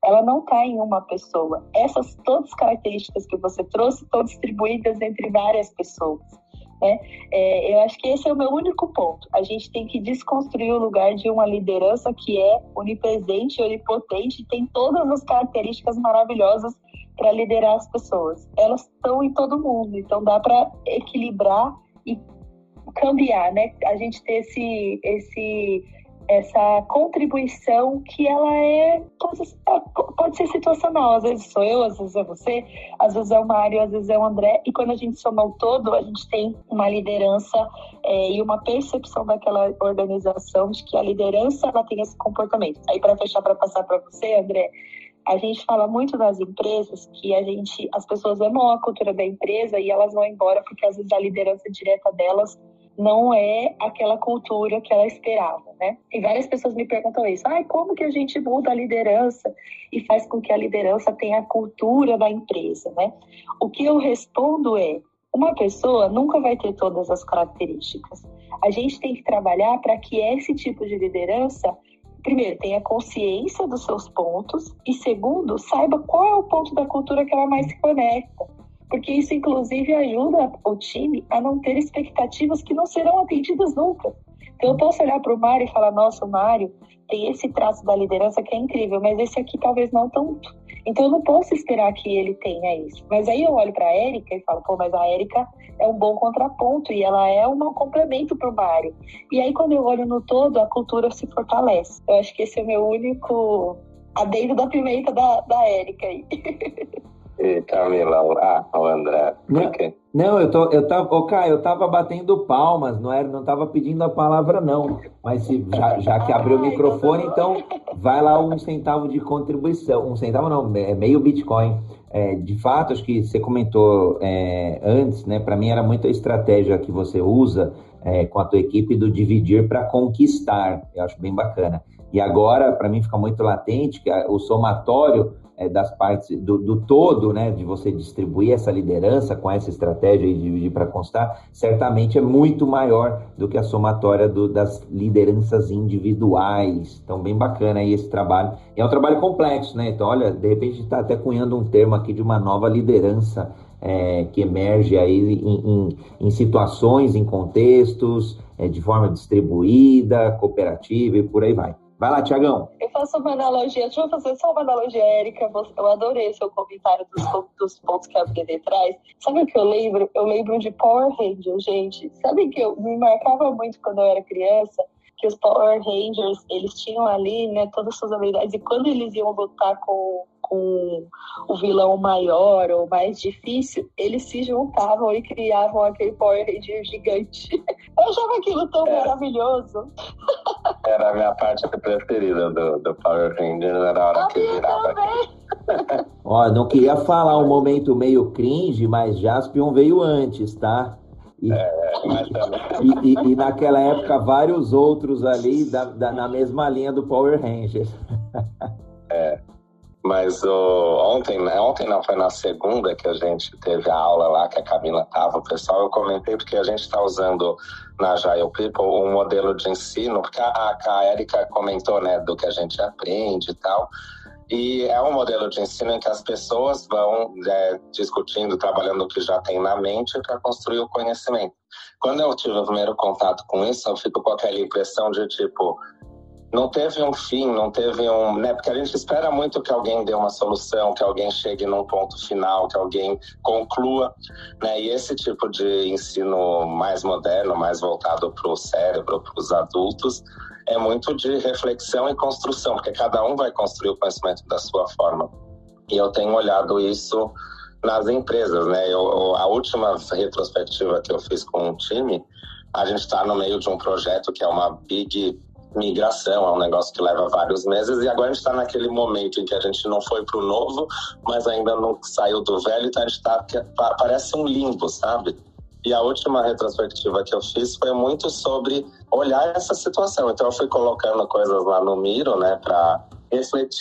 ela não está em uma pessoa. Essas todas as características que você trouxe estão distribuídas entre várias pessoas, né? É, eu acho que esse é o meu único ponto. A gente tem que desconstruir o lugar de uma liderança que é onipresente, onipotente, tem todas as características maravilhosas para liderar as pessoas. Elas estão em todo mundo, então dá para equilibrar e cambiar, né? A gente ter esse, esse, essa contribuição que ela é pode, pode ser situacional. Às vezes sou eu, às vezes é você, às vezes é o Mário, às vezes é o André. E quando a gente soma o todo, a gente tem uma liderança é, e uma percepção daquela organização de que a liderança ela tem esse comportamento. Aí, para fechar, para passar para você, André, a gente fala muito das empresas que a gente, as pessoas amam a cultura da empresa e elas vão embora porque às vezes a liderança direta delas não é aquela cultura que ela esperava, né? E várias pessoas me perguntam isso. Ah, como que a gente muda a liderança e faz com que a liderança tenha a cultura da empresa, né? O que eu respondo é, uma pessoa nunca vai ter todas as características. A gente tem que trabalhar para que esse tipo de liderança, primeiro, tenha consciência dos seus pontos e, segundo, saiba qual é o ponto da cultura que ela mais se conecta. Porque isso, inclusive, ajuda o time a não ter expectativas que não serão atendidas nunca. Então, eu posso olhar para o Mário e falar, nossa, o Mário tem esse traço da liderança que é incrível, mas esse aqui talvez não tanto. Então, eu não posso esperar que ele tenha isso. Mas aí eu olho para a Érica e falo, pô, mas a Érica é um bom contraponto e ela é um complemento para o Mário. E aí, quando eu olho no todo, a cultura se fortalece. Eu acho que esse é o meu único adendo da pimenta da, da Érica aí. E Camila, ah, o André. Não, não, eu tô, eu tava, ô, Caio, eu tava batendo palmas, não era, não tava pedindo a palavra não, mas se, já, já que abriu o microfone, então vai lá um centavo de contribuição, um centavo não, é meio Bitcoin. É, de fato, acho que você comentou é, antes, né? Para mim era muita estratégia que você usa é, com a tua equipe do dividir para conquistar, eu acho bem bacana. E agora, para mim, fica muito latente que o somatório é, das partes do, do todo, né, de você distribuir essa liderança com essa estratégia e dividir para constar, certamente é muito maior do que a somatória do, das lideranças individuais. Então, bem bacana aí esse trabalho. E é um trabalho complexo, né? Então, olha, de repente a gente está até cunhando um termo aqui de uma nova liderança é, que emerge aí em, em, em situações, em contextos, é, de forma distribuída, cooperativa e por aí vai. Vai lá, Tiagão. Eu faço uma analogia, deixa eu fazer só uma analogia, Érica. Eu adorei seu comentário dos, dos pontos que a Brenê traz. Sabe o que eu lembro? Eu lembro de Power Rangers, gente. Sabe que eu me marcava muito quando eu era criança? Que os Power Rangers, eles tinham ali, né, todas as suas habilidades. E quando eles iam lutar com, com o vilão maior ou mais difícil, eles se juntavam e criavam aquele Power Ranger gigante. Eu achava aquilo tão é. maravilhoso. Era a minha parte preferida do, do Power Ranger, era a hora a que virava. Ó, não queria falar um momento meio cringe, mas Jaspion veio antes, tá? E, é, mas e, e, e naquela época vários outros ali da, da, na mesma linha do Power Rangers. É, mas o, ontem, ontem não, foi na segunda que a gente teve a aula lá que a Camila tava, o pessoal, eu comentei porque a gente está usando na Agile People um modelo de ensino, porque a, a Érica comentou, né, do que a gente aprende e tal. E é um modelo de ensino em que as pessoas vão é, discutindo, trabalhando o que já tem na mente para construir o conhecimento. Quando eu tive o primeiro contato com isso, eu fico com aquela impressão de, tipo, não teve um fim, não teve um... né? Porque a gente espera muito que alguém dê uma solução, que alguém chegue num ponto final, que alguém conclua, né? E esse tipo de ensino mais moderno, mais voltado para o cérebro, para os adultos, é muito de reflexão e construção, porque cada um vai construir o conhecimento da sua forma. E eu tenho olhado isso nas empresas, né? Eu, a última retrospectiva que eu fiz com um time, a gente está no meio de um projeto que é uma big migração, é um negócio que leva vários meses, e agora a gente está naquele momento em que a gente não foi para o novo, mas ainda não saiu do velho, então a gente está, parece um limbo, sabe? E a última retrospectiva que eu fiz foi muito sobre olhar essa situação. Então eu fui colocando coisas lá no Miro, né, para refletir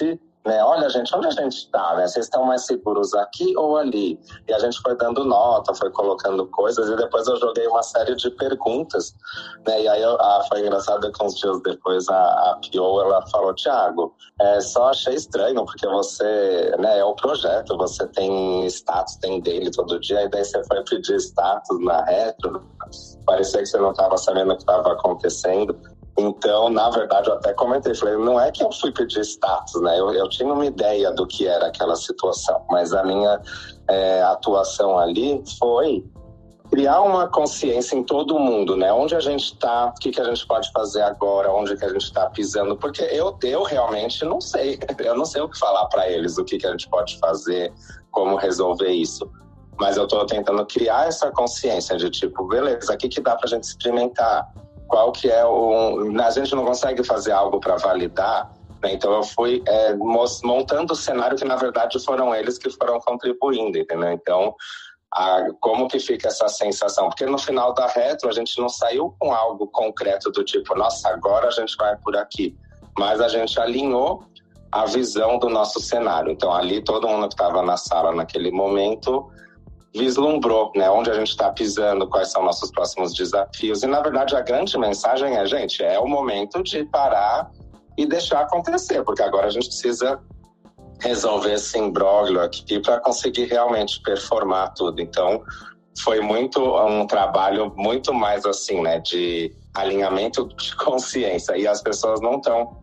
né? Olha, gente, onde a gente está, né? Vocês estão mais seguros aqui ou ali? E a gente foi dando nota, foi colocando coisas, e depois eu joguei uma série de perguntas, né? E aí eu, ah, foi engraçado que uns dias depois a, a P O, ela falou, Thiago, é, só achei estranho, porque você, né, é o projeto, você tem status, tem daily todo dia, e daí você foi pedir status na retro, parecia que você não estava sabendo o que estava acontecendo. Então, na verdade, eu até comentei, falei, não é que eu fui pedir status, né? Eu, eu tinha uma ideia do que era aquela situação, mas a minha é, atuação ali foi criar uma consciência em todo mundo, né? Onde a gente está, o que, que a gente pode fazer agora, onde que a gente está pisando, porque eu, eu realmente não sei, eu não sei o que falar para eles, o que, que a gente pode fazer, como resolver isso. Mas eu estou tentando criar essa consciência de tipo, beleza, o que, que dá para a gente experimentar? Qual que é o... A gente não consegue fazer algo para validar, né? Então eu fui é, montando o cenário que, na verdade, foram eles que foram contribuindo, entendeu? Então, a, como que fica essa sensação? Porque no final da retro, a gente não saiu com algo concreto do tipo, nossa, agora a gente vai por aqui. Mas a gente alinhou a visão do nosso cenário. Então, ali, todo mundo que estava na sala naquele momento vislumbrou, né, onde a gente está pisando, quais são nossos próximos desafios. E, na verdade, a grande mensagem é, gente, é o momento de parar e deixar acontecer, porque agora a gente precisa resolver esse imbróglio aqui para conseguir realmente performar tudo. Então, foi muito um trabalho muito mais assim, né, de alinhamento de consciência. E as pessoas não estão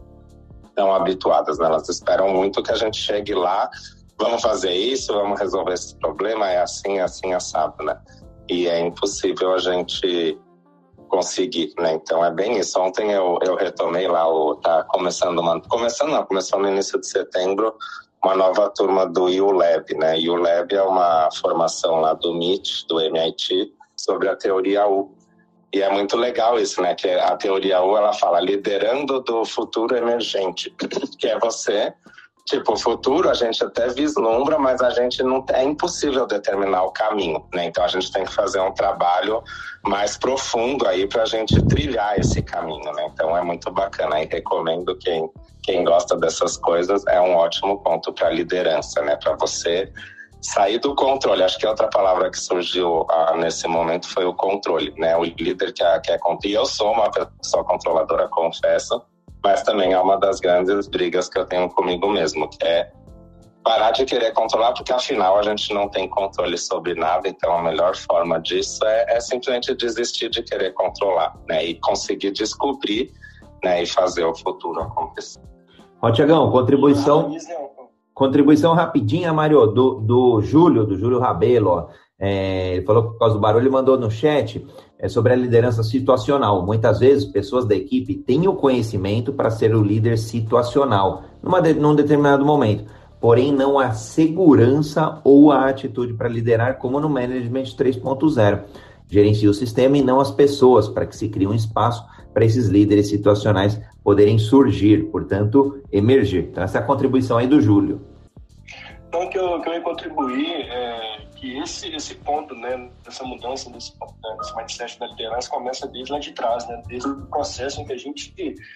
tão habituadas, né? Elas esperam muito que a gente chegue lá, vamos fazer isso, vamos resolver esse problema, é assim, assim, assado, né? E é impossível a gente conseguir, né? Então é bem isso. Ontem eu, eu retomei lá, o, tá começando, uma, começando não, começou no início de setembro, uma nova turma do U Lab, né? U Lab é uma formação lá do M I T, do M I T, sobre a teoria U. E é muito legal isso, né? Que a teoria U, ela fala liderando do futuro emergente, que é você... Tipo, o futuro a gente até vislumbra, mas a gente não é impossível determinar o caminho, né? Então a gente tem que fazer um trabalho mais profundo aí para a gente trilhar esse caminho, né? Então é muito bacana. Aí recomendo quem, quem gosta dessas coisas, é um ótimo ponto para liderança, né? Para você sair do controle. Acho que outra palavra que surgiu ah, nesse momento foi o controle, né? O líder que é, que é controle. E eu sou uma pessoa controladora, confesso. Mas também é uma das grandes brigas que eu tenho comigo mesmo, que é parar de querer controlar, porque afinal a gente não tem controle sobre nada, então a melhor forma disso é, é simplesmente desistir de querer controlar, né, e conseguir descobrir, né, e fazer o futuro acontecer. Ó, Tiagão, contribuição, contribuição rapidinha, Mário, do, do Júlio, do Júlio Rabelo, ó. É, ele falou que por causa do barulho, ele mandou no chat é, sobre a liderança situacional. Muitas vezes, pessoas da equipe têm o conhecimento para ser o líder situacional, numa de, num determinado momento, porém não a segurança ou a atitude para liderar, como no Management três ponto zero. Gerencia o sistema e não as pessoas, para que se crie um espaço para esses líderes situacionais poderem surgir, portanto, emergir. Então, essa é a contribuição aí do Júlio. Então, que eu, que eu ia contribuir é que esse, esse ponto, né, dessa mudança desse, desse mindset da liderança começa desde lá de trás, né, desde o processo em que a gente,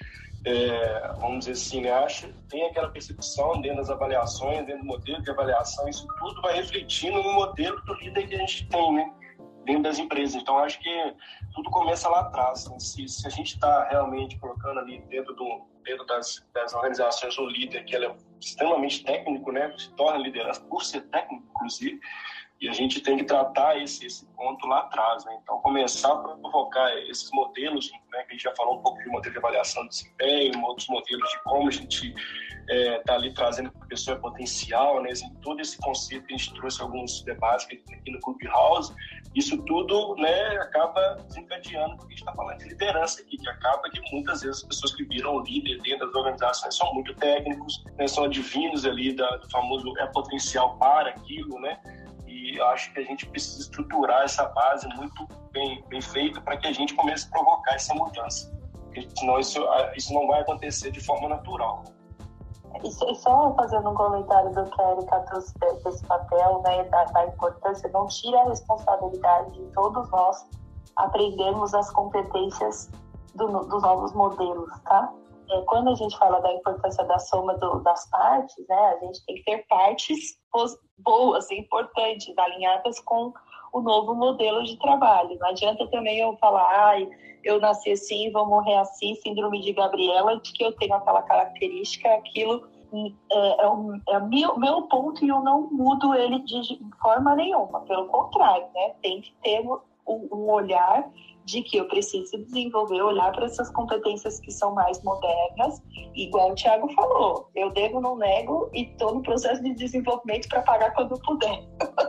é, vamos dizer assim, né, acha, tem aquela percepção dentro das avaliações, dentro do modelo de avaliação, isso tudo vai refletindo no modelo do líder que a gente tem, né, dentro das empresas. Então, acho que tudo começa lá atrás. Né? Se, se a gente está realmente colocando ali dentro, do, dentro das, das organizações o líder, que ele é extremamente técnico, né, se torna liderança por ser técnico, inclusive, e a gente tem que tratar esse, esse ponto lá atrás, né? Então, começar a provocar esses modelos, né? Que a gente já falou um pouco de modelo de avaliação de desempenho, outros modelos de como a gente está é, tá ali trazendo para a pessoa potencial, né? Assim, todo esse conceito que a gente trouxe alguns debates aqui no Clubhouse, isso tudo, né, acaba desencadeando, porque a gente está falando de liderança aqui, que acaba que muitas vezes as pessoas que viram líder dentro das organizações são muito técnicos, né? São adivinhos ali da, do famoso é potencial para aquilo, né? E acho que a gente precisa estruturar essa base muito bem, bem feita para que a gente comece a provocar essa mudança. Porque senão isso, isso não vai acontecer de forma natural. E só fazendo um comentário do que a Erika trouxe desse papel, né, da, da importância, não tira a responsabilidade de todos nós aprendermos as competências do, dos novos modelos, tá? é, quando a gente fala da importância da soma do, das partes, né, a gente tem que ter partes boas e importantes, alinhadas com o novo modelo de trabalho. Não adianta também eu falar, ai, eu nasci assim, vou morrer assim, síndrome de Gabriela, de que eu tenho aquela característica, aquilo é, é, o, é o meu, meu ponto e eu não mudo ele de forma nenhuma. Pelo contrário, né, tem que ter um, um olhar de que eu preciso desenvolver, olhar para essas competências que são mais modernas, igual o Thiago falou, eu devo, não nego, e estou no processo de desenvolvimento para pagar quando puder.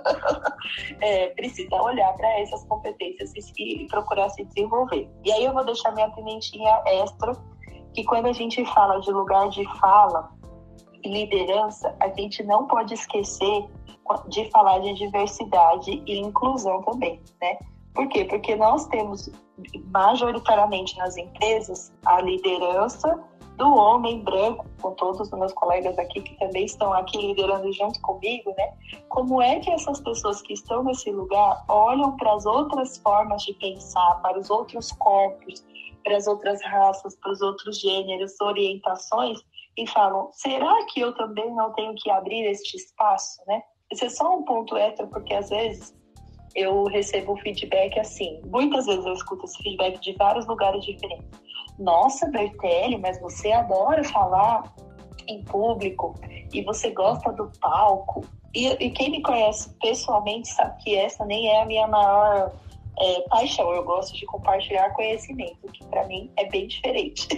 é, precisa olhar para essas competências e, e procurar se desenvolver. E aí eu vou deixar minha pimentinha extra, que quando a gente fala de lugar de fala e liderança, a gente não pode esquecer de falar de diversidade e inclusão também, né? Por quê? Porque nós temos, majoritariamente nas empresas, a liderança do homem branco, com todos os meus colegas aqui que também estão aqui liderando junto comigo, né? Como é que essas pessoas que estão nesse lugar olham para as outras formas de pensar, para os outros corpos, para as outras raças, para os outros gêneros, orientações, e falam, será que eu também não tenho que abrir este espaço, né? Esse é só um ponto extra, porque às vezes eu recebo feedback assim, muitas vezes eu escuto esse feedback de vários lugares diferentes. Nossa, Bertelli, mas você adora falar em público e você gosta do palco. E, e quem me conhece pessoalmente sabe que essa nem é a minha maior é, paixão. Eu gosto de compartilhar conhecimento, que para mim é bem diferente.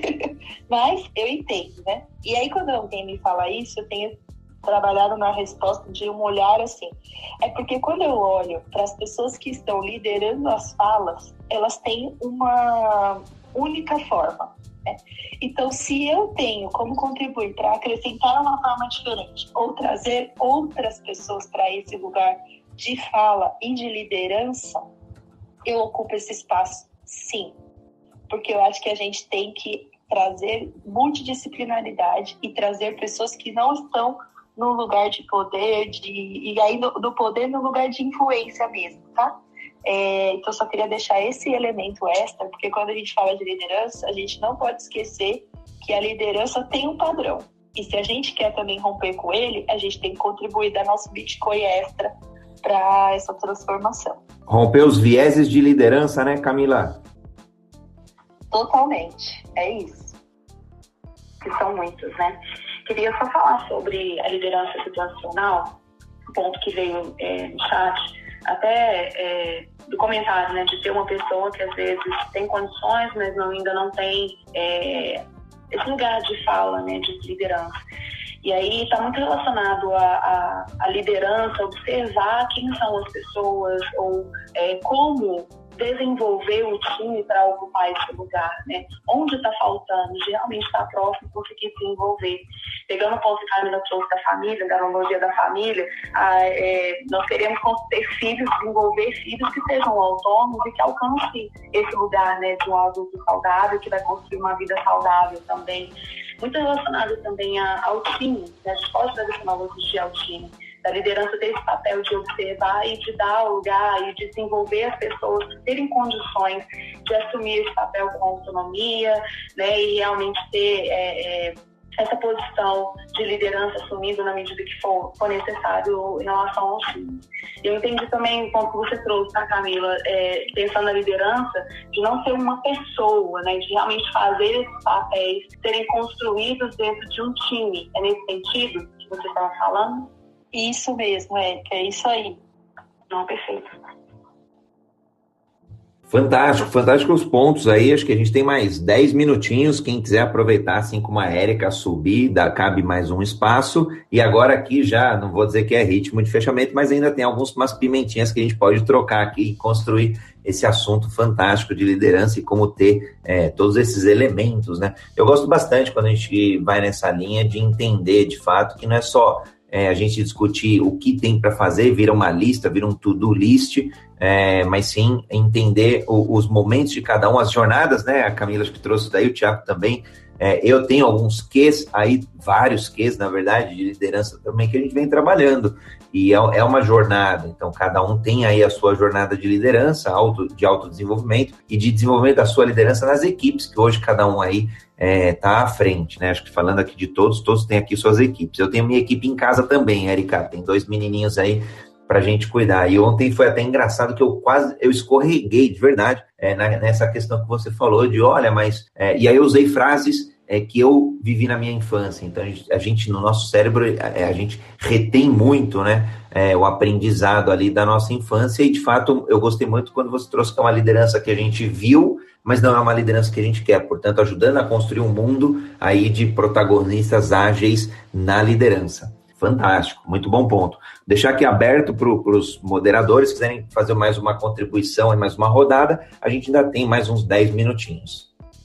Mas eu entendo, né? E aí quando alguém me fala isso, eu tenho trabalhado na resposta de um olhar assim. É porque quando eu olho para as pessoas que estão liderando as falas, elas têm uma única forma, né? Então, se eu tenho como contribuir para acrescentar uma forma diferente ou trazer outras pessoas para esse lugar de fala e de liderança, eu ocupo esse espaço, sim. Porque eu acho que a gente tem que trazer multidisciplinaridade e trazer pessoas que não estão no lugar de poder, de, e aí no, do poder no lugar de influência mesmo, tá? É, então, só queria deixar esse elemento extra, porque quando a gente fala de liderança, a gente não pode esquecer que a liderança tem um padrão. E se a gente quer também romper com ele, a gente tem que contribuir da nosso Bitcoin extra para essa transformação. Romper os vieses de liderança, né, Camila? Totalmente, é isso. Que são muitos, né? Queria só falar sobre a liderança situacional, um ponto que veio é, no chat, até é, do comentário, né, de ter uma pessoa que às vezes tem condições, mas não, ainda não tem é, esse lugar de fala, né, de liderança. E aí está muito relacionado à, à liderança, observar quem são as pessoas ou é, como desenvolver o time para ocupar esse lugar, né? Onde está faltando, geralmente está próximo, você quer desenvolver. Pegando o ponto que a Camila trouxe da família, da analogia da família, a, é, nós queremos ter filhos, desenvolver filhos que sejam autônomos e que alcancem esse lugar, né, de um adulto saudável, que vai construir uma vida saudável também. Muito relacionado também a, ao time, né? A gente pode trazer essa analogia ao time. Da liderança ter esse papel de observar e de dar lugar e de desenvolver as pessoas que terem condições de assumir esse papel com autonomia, né, e realmente ter é, é, essa posição de liderança assumida na medida que for, for necessário em relação ao time. Eu entendi também o ponto que você trouxe, tá, Camila, é, pensando na liderança, de não ser uma pessoa, né, de realmente fazer esses papéis serem construídos dentro de um time. É nesse sentido que você estava falando? Isso mesmo, é, é isso aí. Não, perfeito. Fantástico, fantástico os pontos aí. Acho que a gente tem mais dez minutinhos. Quem quiser aproveitar, assim como a Érica, subir, dá, cabe mais um espaço. E agora aqui já, não vou dizer que é ritmo de fechamento, mas ainda tem algumas pimentinhas que a gente pode trocar aqui e construir esse assunto fantástico de liderança e como ter é, todos esses elementos, né? Eu gosto bastante quando a gente vai nessa linha de entender, de fato, que não é só É, a gente discutir o que tem para fazer, vira uma lista, vira um to-do list, é, mas sim entender o, os momentos de cada um, as jornadas, né? A Camila acho que trouxe daí, o Thiago também, É, eu tenho alguns Qs, aí vários Qs, na verdade, de liderança também, que a gente vem trabalhando. E é, é uma jornada, então cada um tem aí a sua jornada de liderança, auto, de autodesenvolvimento e de desenvolvimento da sua liderança nas equipes, que hoje cada um aí está é, à frente, né? Acho que falando aqui de todos, todos têm aqui suas equipes. Eu tenho minha equipe em casa também, Erika, tem dois menininhos aí pra gente cuidar. E ontem foi até engraçado que eu quase, eu escorreguei de verdade é, na, nessa questão que você falou de, olha, mas... É, e aí eu usei frases é, que eu vivi na minha infância. Então, a gente, a gente no nosso cérebro, a, a gente retém muito, né, é, o aprendizado ali da nossa infância. E, de fato, eu gostei muito quando você trouxe que é uma liderança que a gente viu, mas não é uma liderança que a gente quer. Portanto, ajudando a construir um mundo aí de protagonistas ágeis na liderança. Fantástico, muito bom ponto. Deixar aqui aberto para os moderadores, se quiserem fazer mais uma contribuição e mais uma rodada, a gente ainda tem mais uns dez minutinhos.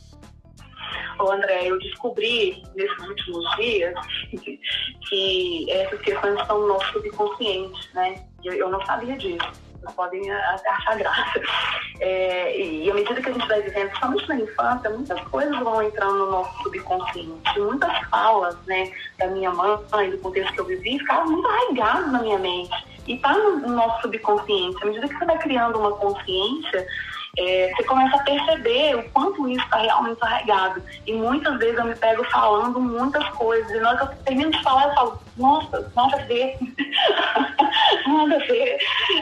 Ô André, eu descobri nesses últimos dias que essas questões estão no nosso subconsciente, né? Eu, eu não sabia disso. Vocês podem até achar graça. É, e à medida que a gente vai vivendo, principalmente na infância, muitas coisas vão entrando no nosso subconsciente. Muitas falas, né, da minha mãe, do contexto que eu vivi, ficaram muito arraigadas na minha mente. E está no, no nosso subconsciente. À medida que você vai criando uma consciência, é, você começa a perceber o quanto isso está realmente arraigado. E muitas vezes eu me pego falando muitas coisas. E na hora que eu termino de falar, eu falo, nossa, nada a ver. nada a ver.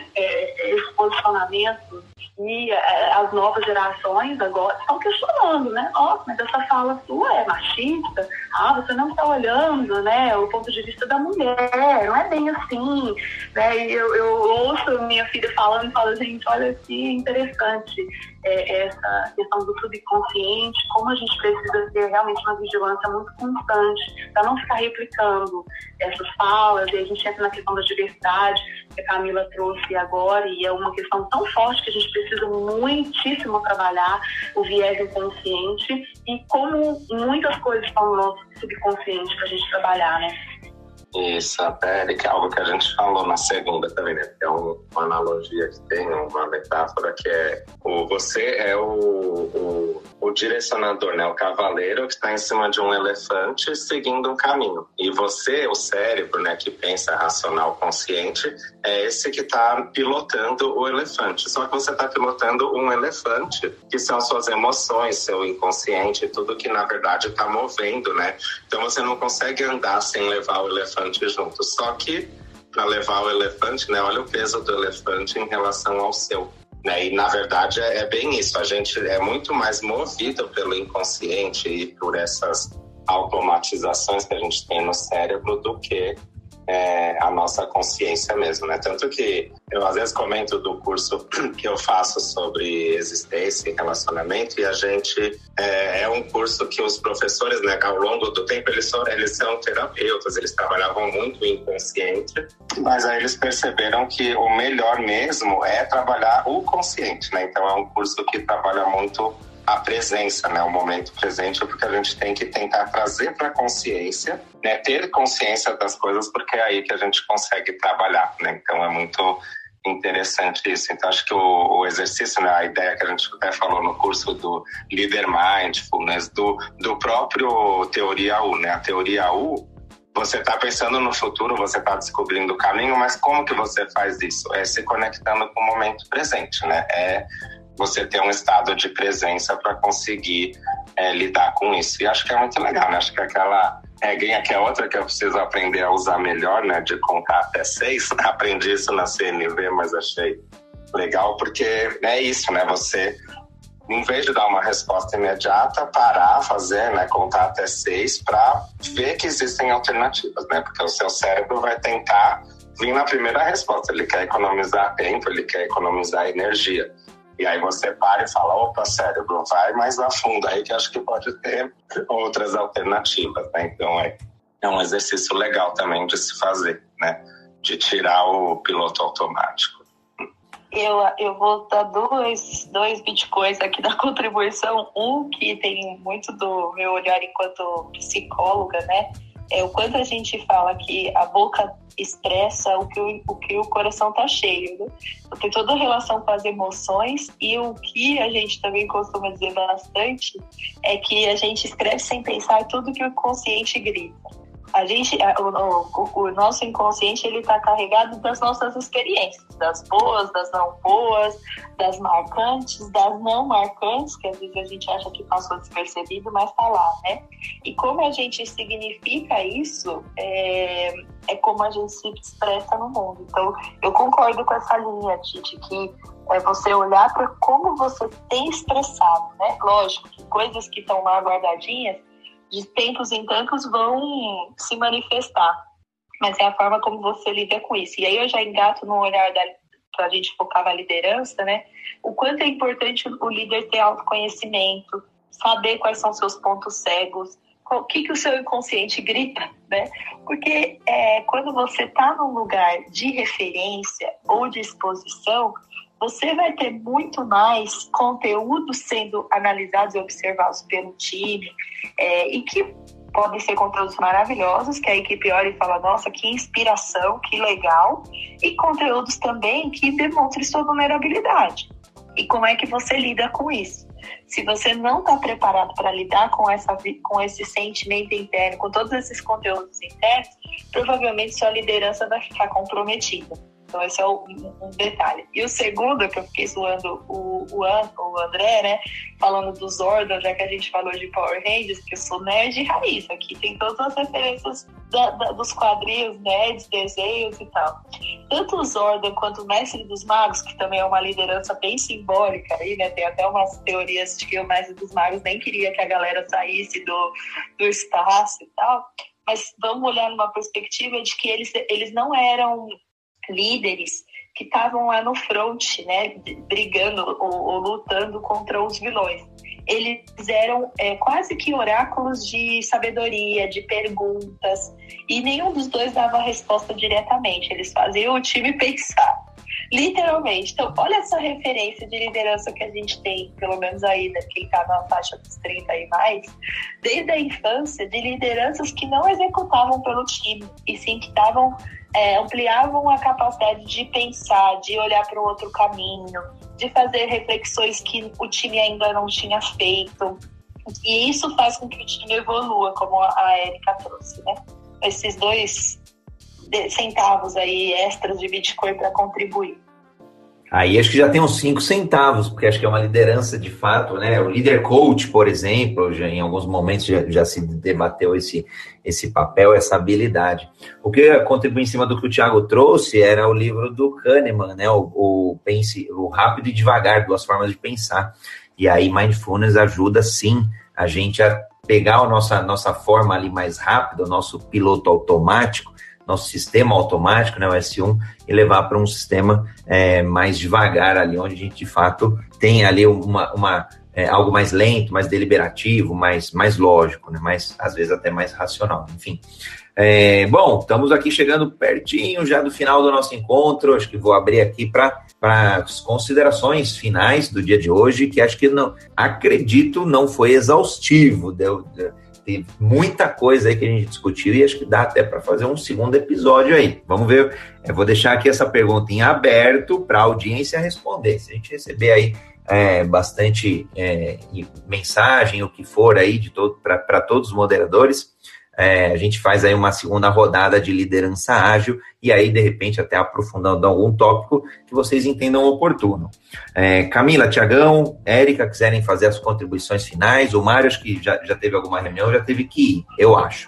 É, esse posicionamento. E é, as novas gerações agora estão questionando, né? Nossa, mas essa fala sua é machista? Ah, você não está olhando, né, o ponto de vista da mulher, não é bem assim, né? E eu, eu ouço minha filha falando e falo, gente, olha que interessante é, essa questão do subconsciente, como a gente precisa ter realmente uma vigilância muito constante para não ficar replicando essas falas. E a gente entra na questão da diversidade que a Camila trouxe agora, e é uma questão tão forte que a gente precisa muitíssimo trabalhar o viés inconsciente e como muitas coisas estão no nosso subconsciente para a gente trabalhar, né? Isso, até, Erika, é algo que a gente falou na segunda também, né? É uma analogia que tem, uma metáfora que é o, você é o, o, o direcionador, né? O cavaleiro que está em cima de um elefante seguindo um caminho. E você, o cérebro, né, que pensa racional, consciente, é esse que está pilotando o elefante. Só que você está pilotando um elefante, que são suas emoções, seu inconsciente, tudo que na verdade está movendo, né? Então você não consegue andar sem levar o elefante junto. Só que para levar o elefante, né, olha o peso do elefante em relação ao seu, né? E na verdade é, é bem isso. A gente é muito mais movido pelo inconsciente e por essas automatizações que a gente tem no cérebro do que é, a nossa consciência mesmo, né? Tanto que eu às vezes comento do curso que eu faço sobre existência e relacionamento, e a gente é, é um curso que os professores, né, ao longo do tempo, eles são, eles são terapeutas, eles trabalhavam muito inconsciente, mas aí eles perceberam que o melhor mesmo é trabalhar o consciente, né? Então é um curso que trabalha muito a presença, né, o momento presente, porque a gente tem que tentar trazer para a consciência, né, ter consciência das coisas, porque é aí que a gente consegue trabalhar, né? Então é muito interessante isso. Então acho que o, o exercício, né, a ideia que a gente até falou no curso do Leader Mindfulness, do, do próprio Teoria U, né? A Teoria U, você está pensando no futuro, você está descobrindo o caminho, mas como que você faz isso? É se conectando com o momento presente, né? É você ter um estado de presença para conseguir é, lidar com isso. E acho que é muito legal, né? Acho que aquela regrinha que é outra que eu preciso aprender a usar melhor, né? De contar até seis. Aprendi isso na C N V, mas achei legal porque é isso, né? Você, em vez de dar uma resposta imediata, parar, fazer, né? Contar até seis para ver que existem alternativas, né? Porque o seu cérebro vai tentar vir na primeira resposta. Ele quer economizar tempo, ele quer economizar energia. E aí você para e fala, opa, cérebro, vai mais a fundo aí que acho que pode ter outras alternativas, né? Então é, é um exercício legal também de se fazer, né? De tirar o piloto automático. Eu, eu vou dar dois, dois bitcoins aqui da contribuição. Um que tem muito do meu olhar enquanto psicóloga, né? é o quanto a gente fala que a boca expressa o que o, o, que o coração está cheio, né? Então, tem toda a relação com as emoções, e o que a gente também costuma dizer bastante é que a gente escreve sem pensar tudo que o consciente grita. A gente, o, o, o nosso inconsciente, ele está carregado das nossas experiências, das boas, das não boas, das marcantes, das não marcantes, que às vezes a gente acha que passou despercebido, mas está lá, né? E como a gente significa isso, é, é como a gente se expressa no mundo. Então, eu concordo com essa linha, Titi, que é você olhar para como você tem expressado, né? Lógico que coisas que estão lá guardadinhas, de tempos em tempos vão se manifestar, mas é a forma como você lida com isso. E aí eu já engato no olhar para a gente focar na liderança, né? O quanto é importante o líder ter autoconhecimento, saber quais são seus pontos cegos, o que, que o seu inconsciente grita, né? Porque é, quando você está num lugar de referência ou de exposição, você vai ter muito mais conteúdo sendo analisados e observados pelo time, é, e que podem ser conteúdos maravilhosos, que a equipe olha e fala, nossa, que inspiração, que legal, e conteúdos também que demonstrem sua vulnerabilidade. E como é que você lida com isso? Se você não está preparado para lidar com, essa, com esse sentimento interno, com todos esses conteúdos internos, provavelmente sua liderança vai ficar comprometida. Então, esse é um, um detalhe. E o segundo, que eu fiquei zoando o, o, o André, né? Falando dos Zordon, já que a gente falou de Power Rangers, que eu sou nerd raiz. Aqui tem todas as referências da, da, dos quadrinhos, nerds, desenhos e tal. Tanto o Zordon quanto o Mestre dos Magos, que também é uma liderança bem simbólica aí, né? Tem até umas teorias de que o Mestre dos Magos nem queria que a galera saísse do, do espaço e tal. Mas vamos olhar numa perspectiva de que eles, eles não eram líderes que estavam lá no front, né, brigando ou, ou lutando contra os vilões. Eles eram é, quase que oráculos de sabedoria, de perguntas, e nenhum dos dois dava a resposta diretamente. Eles faziam o time pensar, literalmente. Então, olha essa referência de liderança que a gente tem, pelo menos aí, né, quem está na faixa dos trinta e mais, desde a infância, de lideranças que não executavam pelo time, e sim que estavam É, ampliavam a capacidade de pensar, de olhar para um outro caminho, de fazer reflexões que o time ainda não tinha feito. E isso faz com que o time evolua, como a Érica trouxe, né? Esses dois centavos aí extras de Bitcoin para contribuir. Aí acho que já tem uns cinco centavos, porque acho que é uma liderança de fato, né? O líder coach, por exemplo, já, em alguns momentos já, já se debateu esse, esse papel, essa habilidade. O que eu contribuí em cima do que o Thiago trouxe era o livro do Kahneman, né? O, o, pense, o Rápido e Devagar, Duas Formas de Pensar. E aí Mindfulness ajuda, sim, a gente a pegar a nossa, nossa forma ali mais rápida, o nosso piloto automático, nosso sistema automático, né, o S um, e levar para um sistema é, mais devagar ali, onde a gente, de fato, tem ali uma, uma, é, algo mais lento, mais deliberativo, mais, mais lógico, né, mais, às vezes até mais racional, enfim. É, bom, estamos aqui chegando pertinho já do final do nosso encontro, acho que vou abrir aqui para as considerações finais do dia de hoje, que acho que, não, acredito, não foi exaustivo, deu... deu Teve muita coisa aí que a gente discutiu e acho que dá até para fazer um segundo episódio aí. Vamos ver, eu vou deixar aqui essa pergunta em aberto para a audiência responder. Se a gente receber aí é, bastante é, mensagem, o que for aí de todo, para todos os moderadores, é, a gente faz aí uma segunda rodada de liderança ágil e aí, de repente, até aprofundando algum tópico que vocês entendam oportuno. É, Camila, Tiagão, Érica, quiserem fazer as contribuições finais, o Mário, acho que já, já teve alguma reunião, já teve que ir, eu acho.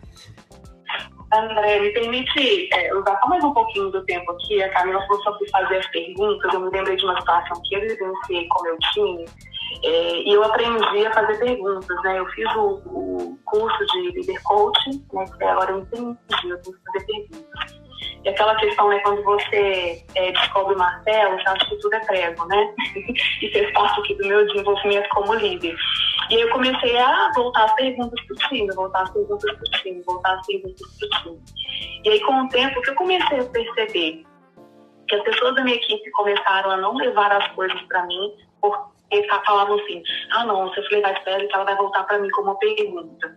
André, me permite é, usar só mais um pouquinho do tempo aqui. A Camila falou sobre fazer as perguntas. Eu me lembrei de uma situação que eu vivenciei com o meu time, é, e eu aprendi a fazer perguntas, né? Eu fiz o, o curso de líder coaching, né? Que agora eu entendi, eu tenho que fazer perguntas. E aquela questão, né, quando você é, descobre Marcelo, você acha que tudo é prego, né? E fez parte aqui do meu desenvolvimento como líder. E aí eu comecei a voltar as perguntas para o time, voltar as perguntas para o time, voltar as perguntas para o time. E aí, com o tempo, que eu comecei a perceber que as pessoas da minha equipe começaram a não levar as coisas para mim, porque falavam assim, ah não, se eu levar isso para ela, ela vai voltar para mim como uma pergunta.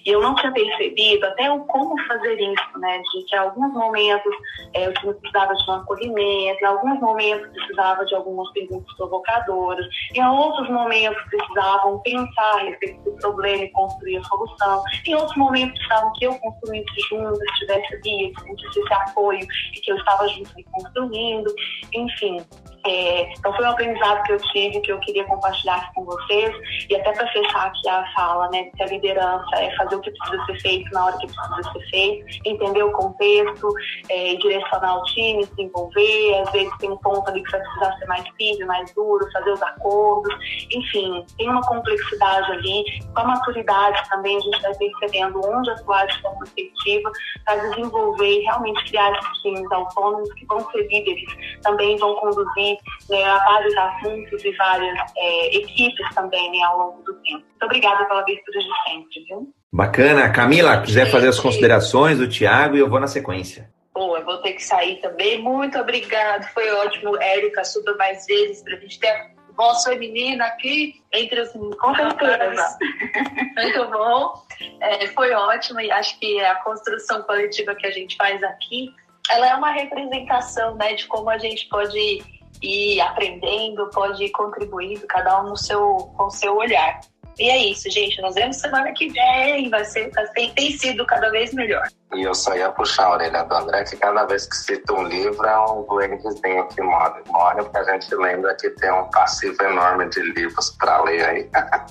E eu não tinha percebido até o como fazer isso, né? De que em alguns momentos é, o time precisava de um acolhimento, em alguns momentos precisava de algumas perguntas provocadoras, em outros momentos precisavam pensar a respeito do problema e construir a solução, em outros momentos precisavam que eu construísse junto, estivesse ali, que sentisse esse apoio e que eu estava junto ali construindo, enfim. É, então foi um aprendizado que eu tive, que eu queria compartilhar com vocês, e até para fechar aqui a fala, né, que a liderança é fazer o que precisa ser feito na hora que precisa ser feito, entender o contexto, é, direcionar o time, se envolver, às vezes tem um ponto ali que vai precisar ser mais firme, mais duro, fazer os acordos, enfim, tem uma complexidade ali, com a maturidade também a gente vai percebendo onde atuar de forma efetiva para desenvolver e realmente criar esses times autônomos que vão ser líderes, também vão conduzir, né, a vários assuntos e várias é, equipes também, né, ao longo do tempo. Muito obrigada pela abertura de sempre, viu? Bacana. Camila, quiser fazer as considerações do Thiago e eu vou na sequência. Boa, eu vou ter que sair também. Muito obrigado, foi ótimo, Érica, super mais vezes para a gente ter voz feminina aqui entre os contemporâneos. Muito bom, é, foi ótimo, e acho que a construção coletiva que a gente faz aqui, ela é uma representação, né, de como a gente pode ir aprendendo, pode ir contribuindo, cada um no seu, com o seu olhar. E é isso, gente. Nos vemos semana que vem. Vai ser, tem, tem sido cada vez melhor. E eu só ia puxar a orelha do André, que cada vez que cita um livro é um duendezinho que morre. Morre porque a gente lembra que tem um passivo enorme de livros para ler aí.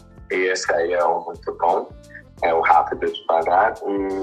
E esse aí é um muito bom. É o Rápido e Devagar.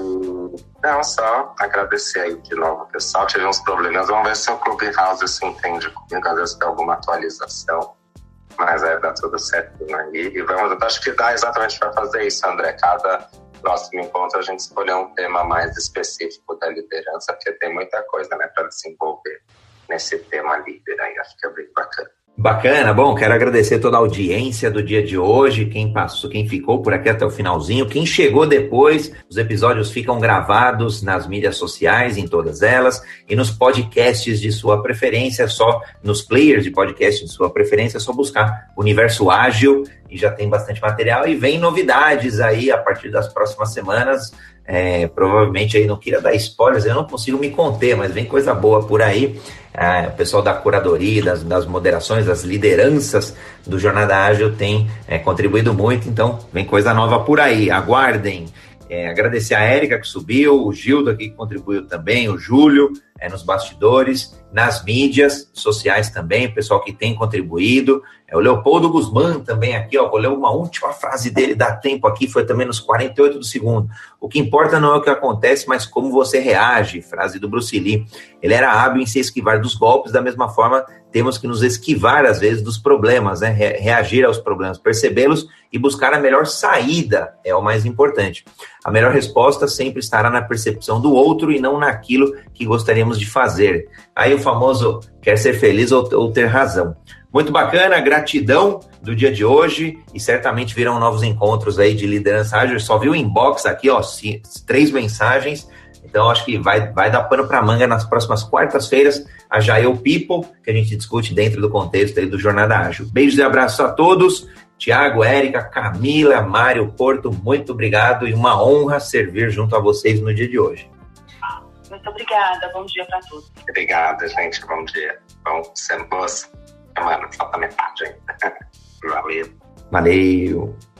E não, só agradecer aí de novo, pessoal. Tive uns problemas. Vamos ver se o Clubhouse se entende comigo. Às vezes tem alguma atualização. Mas é, dá tudo certo aí. E vamos, acho que dá exatamente para fazer isso, André. Cada próximo encontro a gente escolher um tema mais específico da liderança, porque tem muita coisa, né, para desenvolver nesse tema líder aí. Acho que é bem bacana. Bacana, bom, quero agradecer toda a audiência do dia de hoje, quem passou, quem ficou por aqui até o finalzinho, quem chegou depois, os episódios ficam gravados nas mídias sociais, em todas elas, e nos podcasts de sua preferência, só nos players de podcast de sua preferência, é só buscar Universo Ágil, e já tem bastante material, e vem novidades aí a partir das próximas semanas. É, provavelmente aí não queria dar spoilers, eu não consigo me conter, mas vem coisa boa por aí. É, o pessoal da curadoria, das, das moderações, das lideranças do Jornada Ágil tem é, contribuído muito, então vem coisa nova por aí, aguardem. É, agradecer a Érica que subiu, o Gildo aqui que contribuiu também, o Júlio é, nos bastidores, nas mídias sociais também, o pessoal que tem contribuído, é, o Leopoldo Guzmán também aqui, ó, vou ler uma última frase dele, dá tempo aqui, foi também nos quarenta e oito do segundo. O que importa não é o que acontece, mas como você reage, frase do Bruce Lee. Ele era hábil em se esquivar dos golpes, da mesma forma temos que nos esquivar às vezes dos problemas, né? Re- reagir aos problemas, percebê-los e buscar a melhor saída é o mais importante. A melhor resposta sempre estará na percepção do outro e não naquilo que gostaríamos de fazer. Aí o famoso quer ser feliz ou, ou ter razão. Muito bacana, gratidão do dia de hoje e certamente virão novos encontros aí de liderança ágil. Só vi o inbox aqui, ó, três mensagens. Então, acho que vai, vai dar pano para manga nas próximas quartas-feiras, a Jael People, que a gente discute dentro do contexto aí do Jornada Ágil. Beijos e abraços a todos. Tiago, Érica, Camila, Mário, Porto, muito obrigado e uma honra servir junto a vocês no dia de hoje. Muito obrigada. Bom dia para todos. Obrigada, gente. Bom dia. Bom, boa semana. Falta metade ainda. Valeu. Valeu.